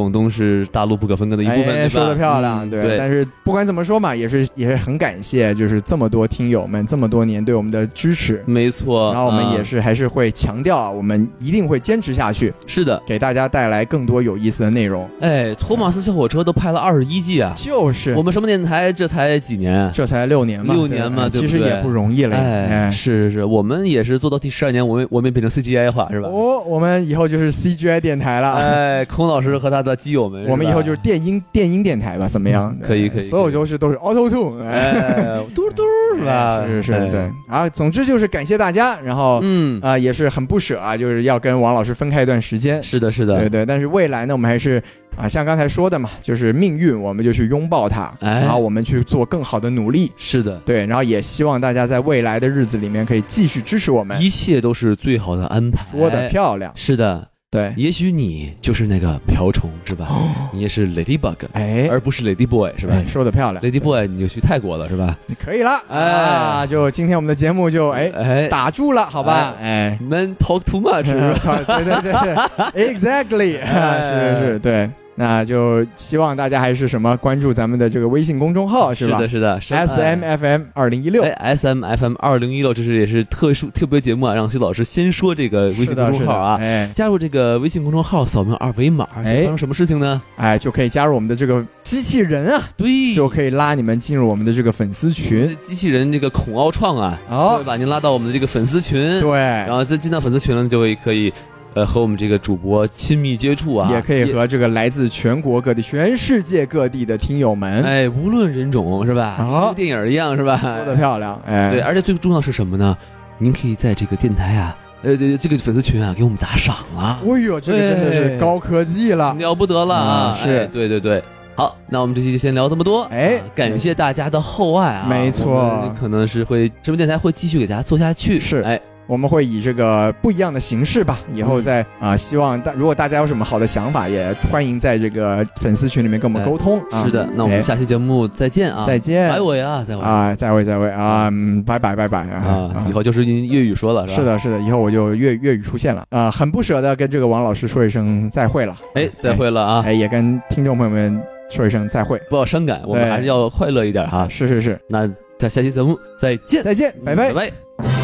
广东是大陆不可分割的一部分， 哎、 对吧？ 说得漂亮、 嗯， 对。 对。 但是不管怎么说嘛，也是也是很感谢，就是这么多听友们这么多年对我们的支持， 没错。 然后我们也是还是会强调啊，我们一定会坚持下去， 是的， 给大家带来更多有意思的内容。 哎，托马斯小火车都拍了二十一季啊， 就是我们什么电台这才几年？ 这才六年嘛， 六年嘛，对对，其实也不容易了。 哎， 哎是是，我们也是做到第十二年，我们我们变成 C G I 化是吧？ 哦，我们以后就是 C G I 电台了。 哎，孔老师和他的基友们， 我们以后就是电音电音电台吧？怎么样？ 可以可以， 所有都是都是 Auto Tune， 哎，嘟嘟是吧？ 是是是，对啊。总之就是感谢大家，然后嗯啊也是很不舍啊，就是要跟王老师分开一段时间。 是的，是的， 对对。但是未来呢，我们还是啊像刚才说的嘛，就是命运，我们就去拥抱它， 哎， 然后我们去做更好的努力。 是的， 对，然后也希望大家在未来的日子里面可以继续支持我们， 一切都是最好的安排。 说得漂亮， 是的。 对， 也许你就是那个瓢虫是吧？哦、你也是 Ladybug， 哎， 而不是 Lady Boy 是吧？ 哎、说得漂亮 ，Lady Boy 你就去泰国了是吧？ 可以了， 哎， 啊、就今天我们的节目就哎哎打住了，好吧？哎 ，Man talk too much， 是吧？ 对对对对 ，Exactly，、哎、是是是，对。那就希望大家还是什么关注咱们的这个微信公众号，是吧？ 是的，是的 ，S M F M 二零一六， 哎 ，S M F M 二零一六，这是也是特殊特别节目啊，让徐老师先说这个微信公众号啊， 哎， 加入这个微信公众号，扫描二维码，哎，发生什么事情呢？ 哎，就可以加入我们的这个机器人啊， 对， 就可以拉你们进入我们的这个粉丝群， 机器人这个孔奥创啊，哦，会把您拉到我们的这个粉丝群， 对， 然后再进到粉丝群了，就会可以。呃，和我们这个主播亲密接触啊， 也可以和这个来自全国各地、全世界各地的听友们， 哎，无论人种是吧？就跟电影一样是吧？ 说得漂亮，哎， 对，而且最重要是什么呢？您可以在这个电台啊，呃，这个粉丝群啊，给我们打赏啊！ 哎呦，这个真的是高科技了， 了不得了啊！ 是、 哎，对对对。好，那我们这期就先聊这么多。 哎、 啊，感谢大家的厚爱啊！ 没错， 可能是会什么电台会继续给大家做下去。 是， 哎。 我们会以这个不一样的形式吧，以后再啊、呃，希望大如果大家有什么好的想法，也欢迎在这个粉丝群里面跟我们沟通。 哎、是的， 啊、 那我们下期节目再见啊！ 再见， 再会啊，再会啊，再会，再会啊，嗯，拜拜，拜拜啊！以后就是用粤语说了，是吧？ 是的，是的，以后我就粤粤语出现了啊，很不舍得跟这个王老师说一声再会了。 哎，再会了啊！ 哎，也跟听众朋友们说一声再会， 不要伤感，我们还是要快乐一点哈。 是是是， 那在下期节目再见， 再见，拜拜， 拜拜。